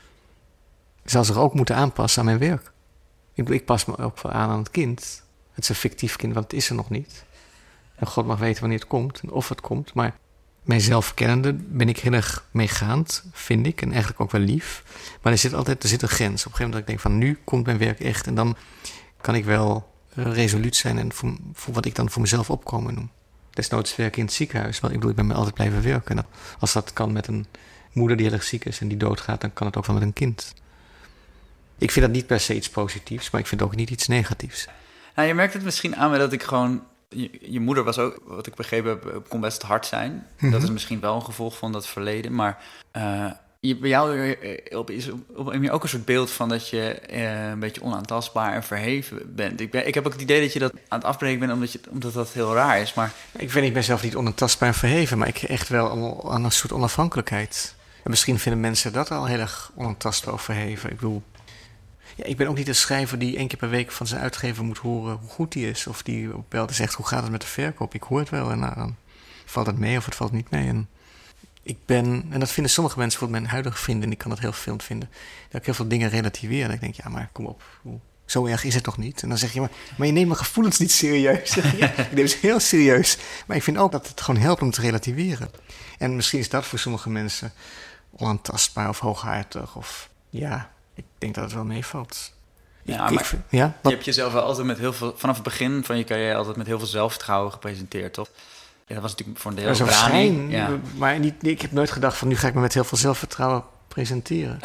zal zich ook moeten aanpassen aan mijn werk. Ik, ik pas me ook wel aan aan het kind. Het is een fictief kind, want het is er nog niet. En God mag weten wanneer het komt en of het komt. Maar mijzelf kennende ben ik heel erg meegaand, vind ik. En eigenlijk ook wel lief. Maar er zit altijd er zit een grens. Op een gegeven moment dat ik denk van nu komt mijn werk echt. En dan kan ik wel resoluut zijn en voor, voor wat ik dan voor mezelf opkomen noem. Desnoods werken in het ziekenhuis. Want ik bedoel, ik ben me altijd blijven werken. En dat, als dat kan met een moeder die heel erg ziek is en die doodgaat, dan kan het ook wel met een kind. Ik vind dat niet per se iets positiefs, maar ik vind het ook niet iets negatiefs. Nou, je merkt het misschien aan me dat ik gewoon... Je, je moeder was ook, wat ik begrepen heb, kon best hard zijn. Mm-hmm. Dat is misschien wel een gevolg van dat verleden. Maar uh, je, bij jou op, is op, op, op, ook een soort beeld van dat je uh, een beetje onaantastbaar en verheven bent. Ik, ben, ik heb ook het idee dat je dat aan het afbreken bent omdat, je, omdat dat heel raar is. Maar... Ik vind ik ben zelf niet onaantastbaar en verheven, maar ik echt wel aan een soort onafhankelijkheid. En misschien vinden mensen dat al heel erg onaantastbaar of verheven. Ik bedoel... Ja, ik ben ook niet een schrijver die één keer per week van zijn uitgever moet horen hoe goed die is. Of die belt en zegt, hoe gaat het met de verkoop? Ik hoor het wel en nou, dan valt het mee of het valt niet mee. En ik ben, en dat vinden sommige mensen, bijvoorbeeld mijn huidige vrienden, en ik kan dat heel vervelend vinden, dat ik heel veel dingen relativeer. En ik denk, ja, maar kom op, zo erg is het toch niet? En dan zeg je, maar, maar je neemt mijn gevoelens niet serieus. Ja, ik neem het heel serieus. Maar ik vind ook dat het gewoon helpt om te relativeren. En misschien is dat voor sommige mensen onaantastbaar of hooghartig of ja... Ik denk dat het wel meevalt. Ja, ik, maar ik, ja, je hebt jezelf wel altijd met heel veel... Vanaf het begin van je carrière altijd met heel veel zelfvertrouwen gepresenteerd, toch? Ja, dat was natuurlijk voor een deel zo'n schijn, ja. Maar niet, ik heb nooit gedacht van nu ga ik me met heel veel zelfvertrouwen presenteren.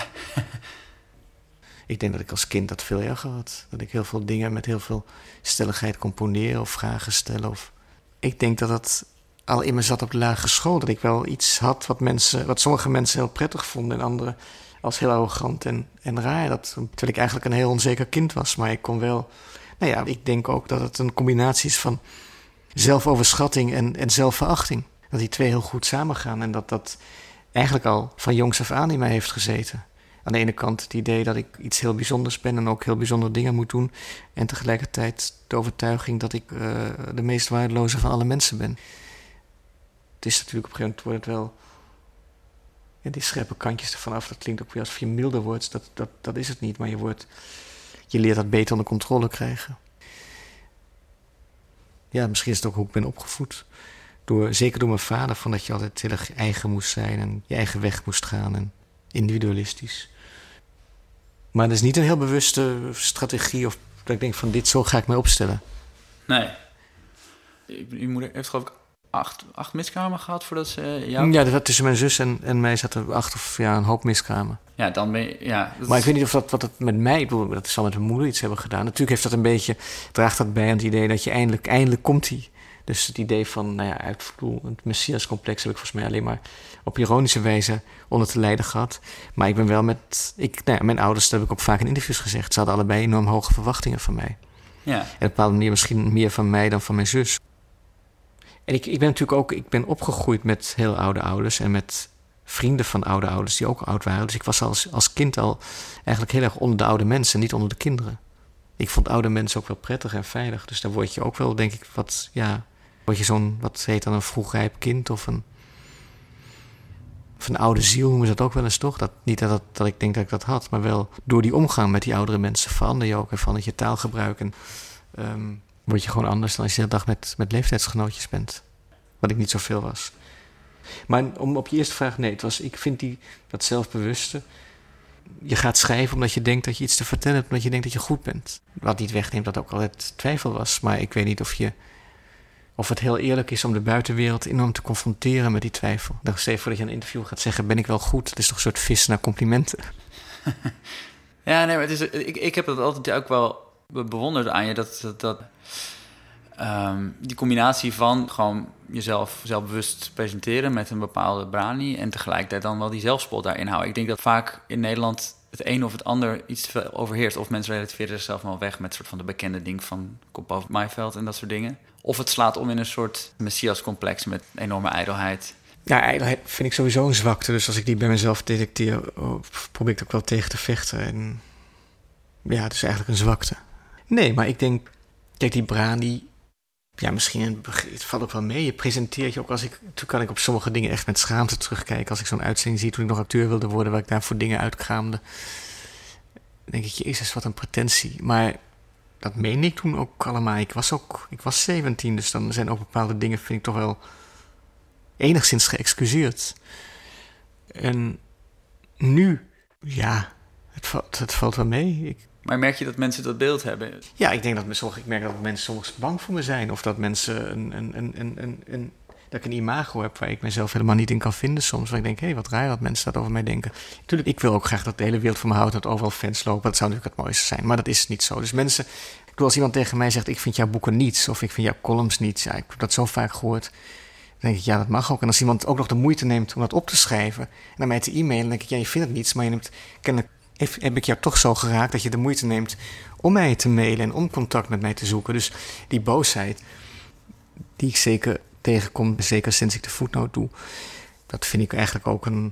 Ik denk dat ik als kind dat veel erger had. Dat ik heel veel dingen met heel veel stelligheid componeren of vragen stellen. Of... Ik denk dat dat al in me zat op de lagere school. Dat ik wel iets had wat, mensen, wat sommige mensen heel prettig vonden en anderen... als heel arrogant en, en raar. Dat, terwijl ik eigenlijk een heel onzeker kind was. Maar ik kon wel... Nou ja, ik denk ook dat het een combinatie is van zelfoverschatting en, en zelfverachting. Dat die twee heel goed samengaan. En dat dat eigenlijk al van jongs af aan in mij heeft gezeten. Aan de ene kant het idee dat ik iets heel bijzonders ben... en ook heel bijzondere dingen moet doen. En tegelijkertijd de overtuiging dat ik uh, de meest waardeloze van alle mensen ben. Het is natuurlijk op een gegeven moment wordt het wel... Ja, die scherpe kantjes ervan af, dat klinkt ook weer alsof je milder wordt. Dat, dat, dat is het niet, maar je, wordt, je leert dat beter onder controle krijgen. Ja, misschien is het ook hoe ik ben opgevoed. Door, zeker door mijn vader, van dat je altijd heel erg eigen moest zijn... en je eigen weg moest gaan en individualistisch. Maar dat is niet een heel bewuste strategie... of dat ik denk van dit, zo ga ik mij opstellen. Nee. Je moeder heeft geloof ik... Acht, acht miskramen gehad voordat ze jou... Ja, dat tussen mijn zus en, en mij zaten acht of ja, een hoop miskramen. Ja, dan ben je... Ja, maar is... ik weet niet of dat wat het met mij... Dat zal met mijn moeder iets hebben gedaan. Natuurlijk heeft dat een beetje... Draagt dat bij aan het idee dat je eindelijk... Eindelijk komt hij. Dus het idee van... Nou ja, uitvloel, het Messias-complex heb ik volgens mij alleen maar... op ironische wijze onder te lijden gehad. Maar ik ben wel met... Ik, nou ja, mijn ouders, dat heb ik ook vaak in interviews gezegd... Ze hadden allebei enorm hoge verwachtingen van mij. Ja. En op een bepaalde manier misschien meer van mij dan van mijn zus. En ik, ik ben natuurlijk ook, ik ben opgegroeid met heel oude ouders en met vrienden van oude ouders die ook oud waren. Dus ik was als, als kind al eigenlijk heel erg onder de oude mensen, niet onder de kinderen. Ik vond oude mensen ook wel prettig en veilig. Dus daar word je ook wel, denk ik, wat, ja, word je zo'n, wat heet dan, een vroegrijp kind of een, of een oude ziel noemen ze dat ook wel eens, toch? Dat, niet dat, dat, dat ik denk dat ik dat had, maar wel door die omgang met die oudere mensen verander je ook en verandert je taalgebruik en um, word je gewoon anders dan als je de hele dag met, met leeftijdsgenootjes bent. Wat ik niet zoveel was. Maar om op je eerste vraag, nee, het was, ik vind die, dat zelfbewuste. Je gaat schrijven omdat je denkt dat je iets te vertellen hebt, omdat je denkt dat je goed bent. Wat niet wegneemt dat ook altijd twijfel was. Maar ik weet niet of, je, of het heel eerlijk is om de buitenwereld enorm te confronteren met die twijfel. Dan stel je voor dat je een interview gaat zeggen, ben ik wel goed? Dat is toch een soort vis naar complimenten. Ja, nee, maar het is, ik, ik heb dat altijd ook wel bewonderd aan je. Dat, dat, dat um, die combinatie van gewoon jezelf zelfbewust presenteren met een bepaalde brani en tegelijkertijd dan wel die zelfspot daarin houden. Ik denk dat vaak in Nederland het een of het ander iets te veel overheerst. Of mensen relativeren zichzelf wel weg met soort van de bekende ding van Kop boven Maaiveld en dat soort dingen. Of het slaat om in een soort messiascomplex met enorme ijdelheid. Ja, ijdelheid vind ik sowieso een zwakte. Dus als ik die bij mezelf detecteer, probeer ik het ook wel tegen te vechten. En ja, het is eigenlijk een zwakte. Nee, maar ik denk, kijk, die brani, ja, misschien een, het valt ook wel mee. Je presenteert je ook als ik, toen kan ik op sommige dingen echt met schaamte terugkijken. Als ik zo'n uitzending zie toen ik nog acteur wilde worden, waar ik daar voor dingen uitkraamde, dan denk ik, jezus, wat een pretentie. Maar dat meen ik toen ook allemaal. Ik was ook, ik was zeventien, dus dan zijn ook bepaalde dingen, vind ik toch wel enigszins geëxcuseerd. En nu, ja, het valt, het valt wel mee. Ik, Maar merk je dat mensen dat beeld hebben? Ja, ik denk dat sommige, ik merk dat mensen soms bang voor me zijn. Of dat mensen een, een, een, een, een, een, dat ik een imago heb waar ik mezelf helemaal niet in kan vinden soms. Waar ik denk, hé, hey, wat raar dat mensen dat over mij denken. Natuurlijk, ik wil ook graag dat de hele wereld van me houdt, dat overal fans lopen. Dat zou natuurlijk het mooiste zijn, maar dat is niet zo. Dus mensen, ik bedoel, als iemand tegen mij zegt, ik vind jouw boeken niets, of ik vind jouw columns niets. Ja, ik heb dat zo vaak gehoord. Dan denk ik, ja, dat mag ook. En als iemand ook nog de moeite neemt om dat op te schrijven en naar mij te e-mailen, dan denk ik, ja, je vindt het niets, maar je neemt kennelijk, heb ik jou toch zo geraakt dat je de moeite neemt om mij te mailen en om contact met mij te zoeken. Dus die boosheid, die ik zeker tegenkom, zeker sinds ik de voetnoot doe, dat vind ik eigenlijk ook een,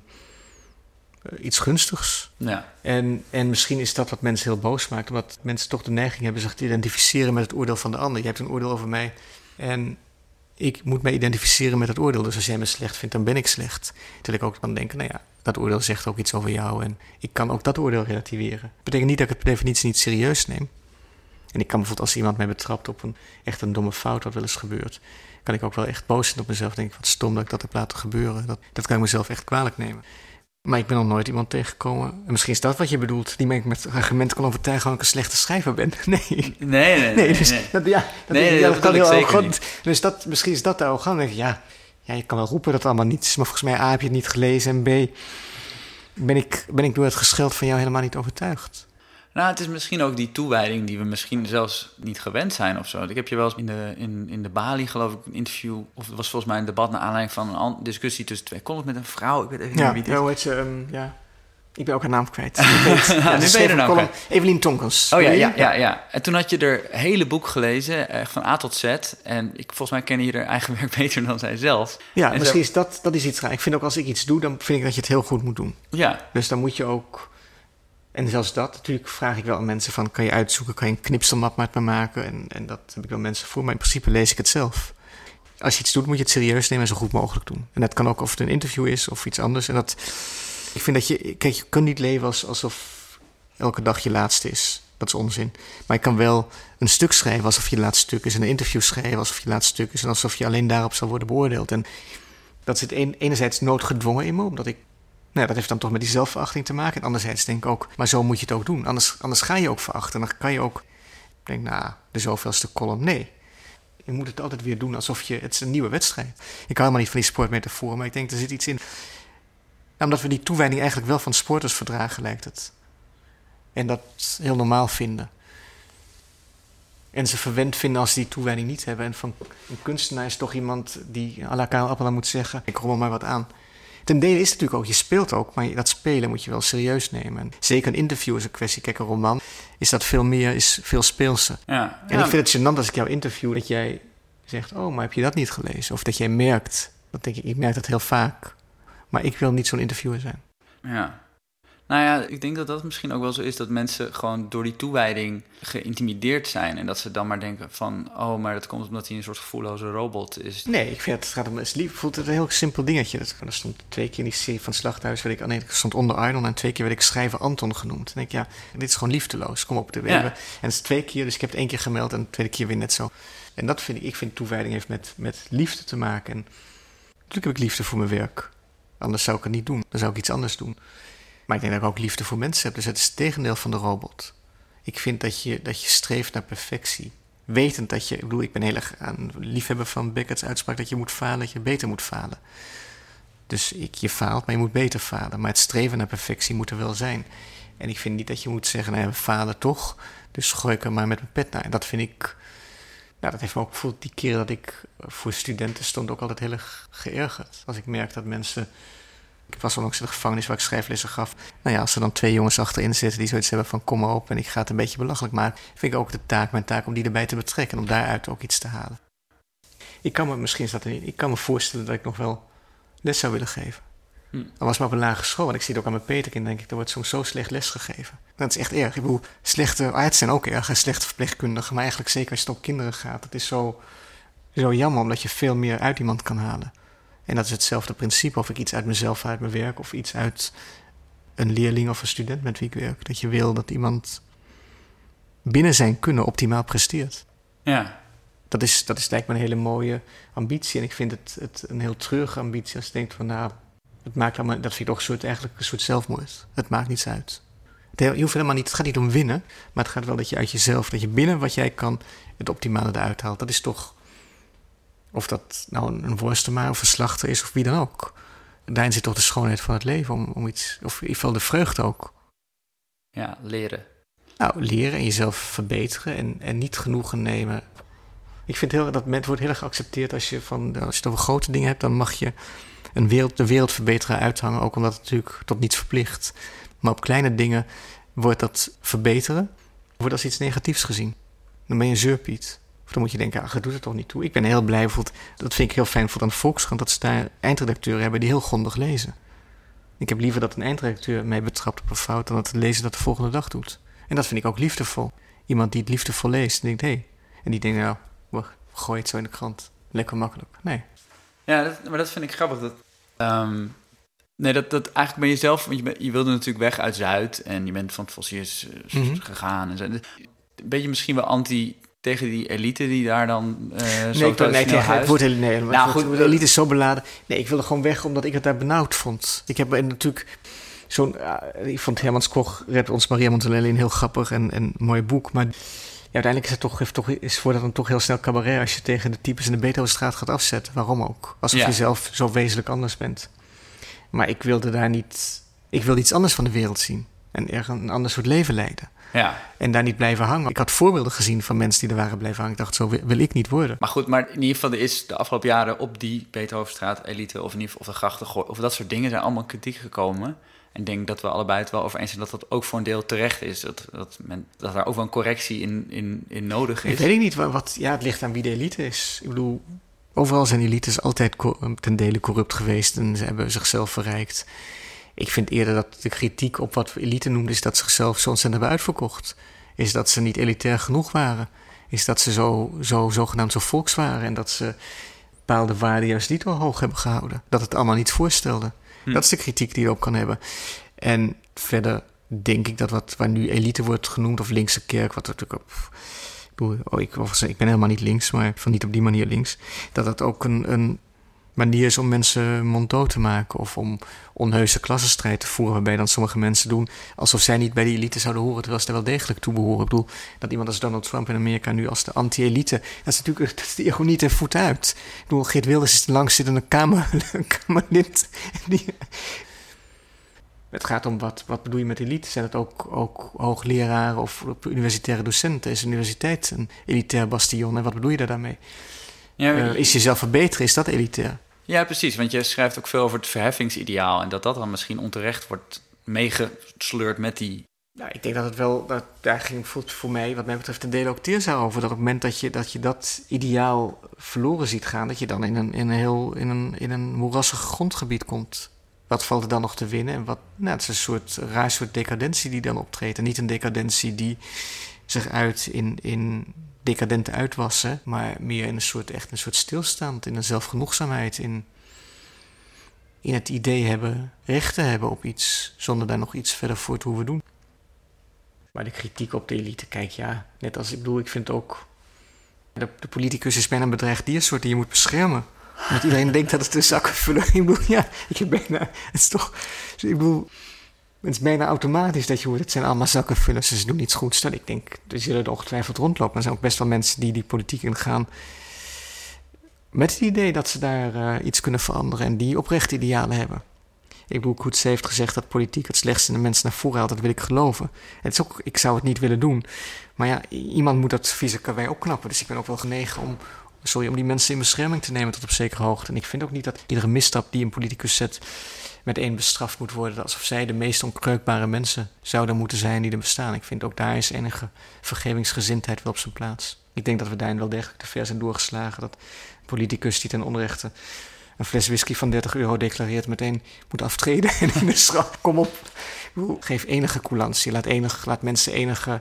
uh, iets gunstigs. Ja. En, en misschien is dat wat mensen heel boos maakt, omdat mensen toch de neiging hebben zich te identificeren met het oordeel van de ander. Je hebt een oordeel over mij en ik moet mij identificeren met het oordeel. Dus als jij me slecht vindt, dan ben ik slecht. Terwijl ik ook dan denk, nou ja, dat oordeel zegt ook iets over jou en ik kan ook dat oordeel relativeren. Dat betekent niet dat ik het per definitie niet serieus neem. En ik kan bijvoorbeeld als iemand mij betrapt op een echt een domme fout, wat wel eens gebeurt, kan ik ook wel echt boos zijn op mezelf. Denk ik, wat stom dat ik dat heb laten gebeuren. Dat, dat kan ik mezelf echt kwalijk nemen. Maar ik ben nog nooit iemand tegengekomen. En misschien is dat wat je bedoelt. Die mij met argument kan overtuigen dat ik een slechte schrijver ben. Nee. Nee, nee, nee. nee, dus, nee. Dat, ja, dat, nee, nee, ja, dat, dat kan heel zeker arrogant. Dus dat, misschien is dat de arrogant. Dan denk ik, ja, ja, je kan wel roepen dat het allemaal niets is. Maar volgens mij A, heb je het niet gelezen. En B, ben ik, ben ik door het gescheld van jou helemaal niet overtuigd. Nou, het is misschien ook die toewijding die we misschien zelfs niet gewend zijn of zo. Ik heb je wel eens in de, in, in de Bali, geloof ik, een interview, of het was volgens mij een debat naar aanleiding van een discussie tussen twee columns met een vrouw. Ik weet even niet Ja, wie het is. ja, hoe heet ze? Um, ja. Ik ben ook haar naam kwijt. Ik weet, ja, nu ben je er nou kwijt. Evelien Tonkens. Oh ja, ja, ja, ja. En toen had je er hele boek gelezen, echt van A tot Z. En ik, volgens mij ken je haar eigen werk beter dan zij zelf. Ja, en misschien zo, is dat, dat is iets raar. Ik vind ook als ik iets doe, dan vind ik dat je het heel goed moet doen. Ja. Dus dan moet je ook. En zelfs dat, natuurlijk vraag ik wel aan mensen van, kan je uitzoeken, kan je een knipselmap met me maken? En, en dat heb ik wel mensen voor, maar in principe lees ik het zelf. Als je iets doet, moet je het serieus nemen en zo goed mogelijk doen. En dat kan ook of het een interview is of iets anders. En dat, ik vind dat je, kijk, je kunt niet leven als, alsof elke dag je laatste is. Dat is onzin. Maar je kan wel een stuk schrijven alsof je laatste stuk is. En een interview schrijven alsof je laatste stuk is. En alsof je alleen daarop zal worden beoordeeld. En dat zit een, enerzijds noodgedwongen in me, omdat ik, nou ja, dat heeft dan toch met die zelfverachting te maken. En anderzijds denk ik ook, maar zo moet je het ook doen. Anders, anders ga je ook verachten. Dan kan je ook, ik denk, nou, de zoveelste column. Nee. Je moet het altijd weer doen alsof je, het is een nieuwe wedstrijd. Ik hou helemaal niet van die sportmetaforen, maar ik denk, er zit iets in. Ja, omdat we die toewijding eigenlijk wel van sporters verdragen, lijkt het. En dat heel normaal vinden. En ze verwend vinden als ze die toewijding niet hebben. En van een kunstenaar is toch iemand die à la Karel Appela moet zeggen, ik rommel maar wat aan. ten dele is het natuurlijk ook, je speelt ook, maar dat spelen moet je wel serieus nemen. En zeker een interview is een kwestie. Kijk, een roman is dat veel meer, is veel speelser. Ja. En ja. ik vind het gênant als ik jou interview, dat jij zegt, oh, maar heb je dat niet gelezen? Of dat jij merkt, dat denk ik, ik merk dat heel vaak. Maar ik wil niet zo'n interviewer zijn. Ja. Nou ja, ik denk dat dat misschien ook wel zo is, dat mensen gewoon door die toewijding geïntimideerd zijn. En dat ze dan maar denken van, oh, maar dat komt omdat hij een soort gevoelloze robot is. Nee, ik vind het, het gaat om, het lief, voelt het een heel simpel dingetje. Dat, er stond twee keer in die serie van Slachthuis, werd ik, nee, ik stond onder Arnold en twee keer werd ik schrijver Anton genoemd. En denk ik, ja, dit is gewoon liefdeloos, kom op de weven. Ja. En het is twee keer, dus ik heb het één keer gemeld en de tweede keer weer net zo. En dat vind ik, ik vind toewijding heeft met, met liefde te maken. En natuurlijk heb ik liefde voor mijn werk. Anders zou ik het niet doen, dan zou ik iets anders doen. Maar ik denk dat ik ook liefde voor mensen heb. Dus het is het tegendeel van de robot. Ik vind dat je, dat je streeft naar perfectie. Wetend dat je... Ik bedoel, ik ben heel erg een liefhebber van Beckett's uitspraak dat je moet falen, dat je beter moet falen. Dus ik, je faalt, maar je moet beter falen. Maar het streven naar perfectie moet er wel zijn. En ik vind niet dat je moet zeggen, nou ja, we falen toch, dus gooi ik er maar met mijn pet naar. En dat vind ik... Nou, dat heeft me ook gevoeld die keer dat ik voor studenten stond ook altijd heel erg geërgerd. Als ik merk dat mensen... Ik was dan ook in de gevangenis waar ik schrijflessen gaf. Nou ja, als er dan twee jongens achterin zitten die zoiets hebben van kom maar op en ik ga het een beetje belachelijk maken, vind ik ook de taak, mijn taak om die erbij te betrekken en om daaruit ook iets te halen. Ik kan me, misschien is dat er niet, ik kan me voorstellen dat ik nog wel les zou willen geven. Hm. Dan was maar op een lage school, en ik zie het ook aan mijn Peterkind, denk ik, er wordt soms zo slecht les gegeven. Dat is echt erg. Ik bedoel, slechte artsen zijn ook erg, en slechte verpleegkundigen, maar eigenlijk zeker als het op kinderen gaat. Het is zo, zo jammer, omdat je veel meer uit iemand kan halen. En dat is hetzelfde principe, of ik iets uit mezelf, uit mijn werk, of iets uit een leerling of een student met wie ik werk. Dat je wil dat iemand binnen zijn kunnen optimaal presteert. Ja. Dat is, dat is lijkt me een hele mooie ambitie. En ik vind het, het een heel treurige ambitie als je denkt van, nou, het maakt allemaal, dat vind ik toch een soort, eigenlijk een soort zelfmoord. Het maakt niets uit. Het, je hoeft helemaal niet, het gaat niet om winnen, maar het gaat wel dat je uit jezelf, dat je binnen wat jij kan, het optimale eruit haalt. Dat is toch... Of dat nou een worstenmaker of een slachter is of wie dan ook. Daarin zit toch de schoonheid van het leven om, om iets... Of in ieder geval de vreugde ook. Ja, leren. Nou, leren en jezelf verbeteren en, en niet genoegen nemen. Ik vind heel, dat het wordt heel erg geaccepteerd als je, van, als je het over grote dingen hebt, dan mag je een wereld, de wereld verbeteren uithangen. Ook omdat het natuurlijk tot niets verplicht. Maar op kleine dingen wordt dat verbeteren, wordt als iets negatiefs gezien. Dan ben je een zeurpiet. Of dan moet je denken, ach, dat doet het toch niet toe. Ik ben heel blij, bijvoorbeeld, dat vind ik heel fijn voor een Volkskrant, dat ze daar eindredacteuren hebben die heel grondig lezen. Ik heb liever dat een eindredacteur mij betrapt op een fout dan dat de lezer dat de volgende dag doet. En dat vind ik ook liefdevol. Iemand die het liefdevol leest en denkt, hé. Hey. En die denkt, nou, wacht, gooi het zo in de krant. Lekker makkelijk. Nee. Ja, dat, maar dat vind ik grappig. Dat, um, nee, dat, dat eigenlijk ben je zelf, want je, ben, je wilde natuurlijk weg uit Zuid en je bent van het Fossiers uh, mm-hmm. gegaan. En zo. Een beetje misschien wel anti... tegen die elite die daar dan uh, nee, zo ik, nee, tegen het wordt heel, nee, nou, goed, goed, de elite is zo beladen. Nee, ik wilde gewoon weg omdat ik het daar benauwd vond. Ik heb natuurlijk zo'n... Uh, ik vond Hermans Koch, Red ons Maria Montanelli, een heel grappig en, en mooi boek. Maar ja, uiteindelijk is het toch, heeft toch, is voor dat dan toch heel snel cabaret als je tegen de types in de Beethovenstraat gaat afzetten. Waarom ook? Alsof ja. je zelf zo wezenlijk anders bent. Maar ik wilde daar niet... Ik wilde iets anders van de wereld zien. En ergens een ander soort leven leiden. Ja. En daar niet blijven hangen. Ik had voorbeelden gezien van mensen die er waren blijven hangen. Ik dacht, zo wil, wil ik niet worden. Maar goed, maar in ieder geval er is de afgelopen jaren op die Beethovenstraat elite of in ieder geval of de grachten of dat soort dingen zijn allemaal kritiek gekomen. En ik denk dat we allebei het wel over eens zijn dat dat ook voor een deel terecht is. Dat, dat, men, dat daar ook wel een correctie in, in, in nodig is. Ik weet ik niet. Wat, ja, het ligt aan wie de elite is. Ik bedoel, overal zijn elites altijd ten dele corrupt geweest en ze hebben zichzelf verrijkt. Ik vind eerder dat de kritiek op wat we elite noemden is dat ze zichzelf zo ontzettend hebben uitverkocht. Is dat ze niet elitair genoeg waren. Is dat ze zo, zo zogenaamd zo volks waren. En dat ze bepaalde waarden juist niet wel hoog hebben gehouden. Dat het allemaal niet voorstelde. Hm. Dat is de kritiek die je op kan hebben. En verder denk ik dat wat waar nu elite wordt genoemd, of linkse kerk, wat natuurlijk op... Ik, bedoel, oh, ik, of, ik ben helemaal niet links, maar van niet op die manier links. Dat dat ook een... een manier is om mensen monddood te maken of om onheuse klassenstrijd te voeren, waarbij dan sommige mensen doen alsof zij niet bij die elite zouden horen, terwijl ze er wel degelijk toe behoren. Ik bedoel, dat iemand als Donald Trump in Amerika nu als de anti-elite, dat is natuurlijk dat is de ironie ten voet uit. Ik bedoel, Geert Wilders is de langzittende kamer, kamerlid. Die, het gaat om wat, wat bedoel je met elite? Zijn het ook, ook hoogleraren of universitaire docenten? Is de universiteit een elitair bastion? En wat bedoel je daar daarmee? Ja, uh, is jezelf verbeteren, is dat elitair? Ja, precies. Want je schrijft ook veel over het verheffingsideaal. En dat dat dan misschien onterecht wordt meegesleurd met die... Nou, ik denk dat het wel, dat, daar ging voor, voor mij, wat mij betreft, een deel ook teerzaal over. Dat op het moment dat je dat, je dat ideaal verloren ziet gaan, dat je dan in een, in een heel in een, in een moerassig grondgebied komt. Wat valt er dan nog te winnen? En wat, nou, het is een soort raar soort decadentie die dan optreedt. En niet een decadentie die zich uit in, in decadente uitwassen, maar meer in een soort, echt een soort stilstand, in een zelfgenoegzaamheid, in, in het idee hebben, recht te hebben op iets, zonder daar nog iets verder voor te hoeven doen. Maar de kritiek op de elite, kijk ja, net als ik bedoel, ik vind ook... De, de politicus is bijna een bedreigd diersoort die je moet beschermen. Want iedereen denkt dat het een zakkenvuller is. Ik bedoel, ja, ik heb bijna... Het is toch... Ik bedoel, het is bijna automatisch dat je hoort, het zijn allemaal zakkenvullers, ze doen iets goeds. Dat ik denk, er zullen er ongetwijfeld rondlopen. Maar er zijn ook best wel mensen die die politiek ingaan met het idee dat ze daar uh, iets kunnen veranderen en die oprechte idealen hebben. Ik bedoel, Coetzee heeft gezegd dat politiek het slechtste in de mensen naar voren haalt. Dat wil ik geloven. Het is ook, ik zou het niet willen doen. Maar ja, iemand moet dat vieze karwei opknappen. Dus ik ben ook wel genegen om, sorry, om die mensen in bescherming te nemen tot op zekere hoogte. En ik vind ook niet dat iedere misstap die een politicus zet met één bestraft moet worden. Alsof zij de meest onkreukbare mensen zouden moeten zijn die er bestaan. Ik vind ook daar is enige vergevingsgezindheid wel op zijn plaats. Ik denk dat we daarin wel degelijk te ver zijn doorgeslagen. Dat een politicus die ten onrechte een fles whisky van dertig euro declareert, meteen moet aftreden en in de straf. Kom op. Geef enige coulantie. Laat, enig, laat mensen enige...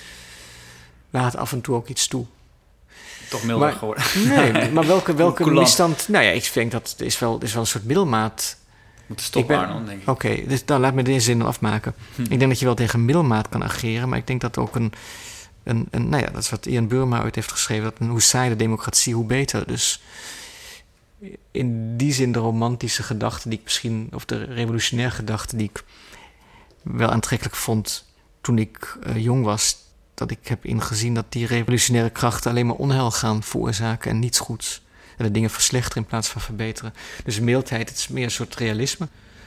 Laat af en toe ook iets toe. Toch milder maar, geworden. Nee, maar welke, welke misstand... Nou ja, ik denk dat het is wel, het is wel een soort middelmaat. Moet stoppen, Arnon, denk ik. Oké, okay, dus dan laat me deze zin dan afmaken. Hm. Ik denk dat je wel tegen middelmaat kan ageren, maar ik denk dat ook een... een, een nou ja, dat is wat Ian Burma ooit heeft geschreven. Dat een, hoe saai de democratie, hoe beter. Dus... in die zin de romantische gedachte die ik misschien... of de revolutionaire gedachte die ik wel aantrekkelijk vond toen ik uh, jong was... dat ik heb ingezien dat die revolutionaire krachten alleen maar onheil gaan veroorzaken en niets goeds. En de dingen verslechteren in plaats van verbeteren. Dus mildheid, het is meer een soort realisme.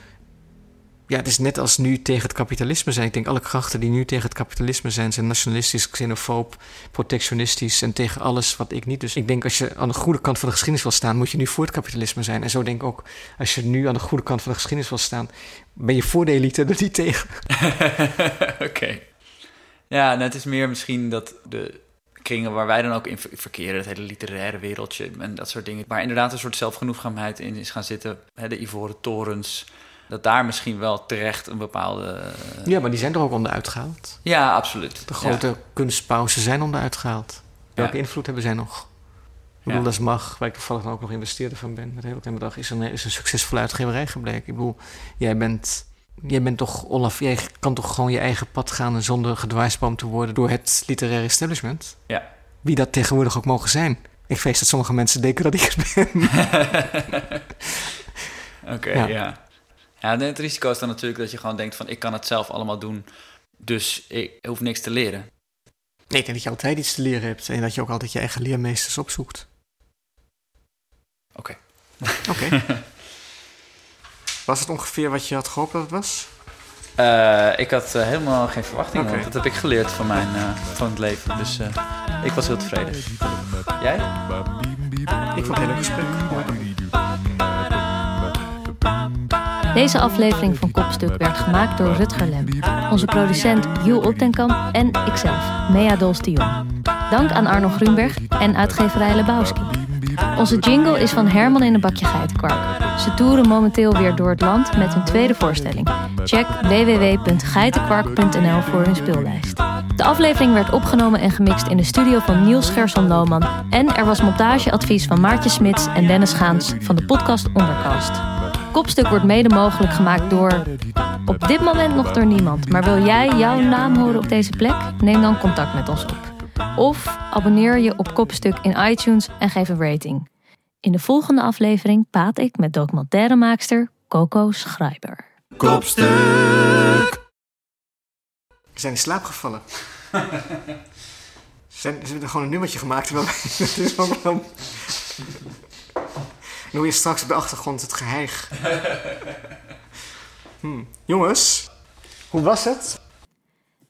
Ja, het is net als nu tegen het kapitalisme zijn. Ik denk alle krachten die nu tegen het kapitalisme zijn... zijn nationalistisch, xenofoob, protectionistisch... en tegen alles wat ik niet. Dus ik denk als je aan de goede kant van de geschiedenis wil staan... moet je nu voor het kapitalisme zijn. En zo denk ik ook, als je nu aan de goede kant van de geschiedenis wil staan... ben je voor de elite er niet tegen. Oké. Okay. Ja, nou, het is meer misschien dat de kringen waar wij dan ook in verkeren... het hele literaire wereldje en dat soort dingen... waar inderdaad een soort zelfgenoegzaamheid in is gaan zitten. Hè, de ivoren torens... dat daar misschien wel terecht een bepaalde... Uh... Ja, maar die zijn er ook onderuit gehaald. Ja, absoluut. De grote ja. kunstpauzen zijn onderuit gehaald. Welke ja. invloed hebben zij nog? Ik bedoel, ja. dat is Mag, waar ik toevallig ook nog investeerder van ben. Met de hele kleine bedrag is een, is een succesvolle uitgeverij gebleken. Ik bedoel, jij bent, jij bent toch, Olaf, jij kan toch gewoon je eigen pad gaan... zonder gedwarsboomd te worden door het literaire establishment? Ja. Wie dat tegenwoordig ook mogen zijn. Ik vrees dat sommige mensen denken dat ik het ben. Oké, okay, ja. ja. Ja, het risico is dan natuurlijk dat je gewoon denkt van... ik kan het zelf allemaal doen, dus ik hoef niks te leren. Nee, ik denk dat je altijd iets te leren hebt... en dat je ook altijd je eigen leermeesters opzoekt. Oké. Okay. Oké. Okay. Was het ongeveer wat je had gehoopt dat het was? Uh, ik had uh, helemaal geen verwachtingen. Okay. Want dat heb ik geleerd van, mijn, uh, van het leven. Dus uh, ik was heel tevreden. Jij? Ik vond het een heel gesprek. Deze aflevering van Kopstuk werd gemaakt door Rutger Lem. Onze producent Jules Optenkamp en ikzelf, Mea Dols de Jong. Dank aan Arno Grunberg en uitgeverij Lebowski. Onze jingle is van Herman in een bakje geitenkwark. Ze toeren momenteel weer door het land met hun tweede voorstelling. Check w w w punt geitenkwark punt n l voor hun speellijst. De aflevering werd opgenomen en gemixt in de studio van Niels Gerson-Lohman. En er was montageadvies van Maartje Smits en Dennis Gaans van de podcast Onderkast. Kopstuk wordt mede mogelijk gemaakt door... op dit moment nog door niemand. Maar wil jij jouw naam horen op deze plek? Neem dan contact met ons op. Of abonneer je op Kopstuk in iTunes en geef een rating. In de volgende aflevering praat ik met documentairemaakster Coco Schreiber. Kopstuk. We zijn in slaap gevallen. Ze hebben gewoon een nummertje gemaakt. Het is ook wel... Dan hoor je straks op de achtergrond het geheig. Hm. Jongens, hoe was het?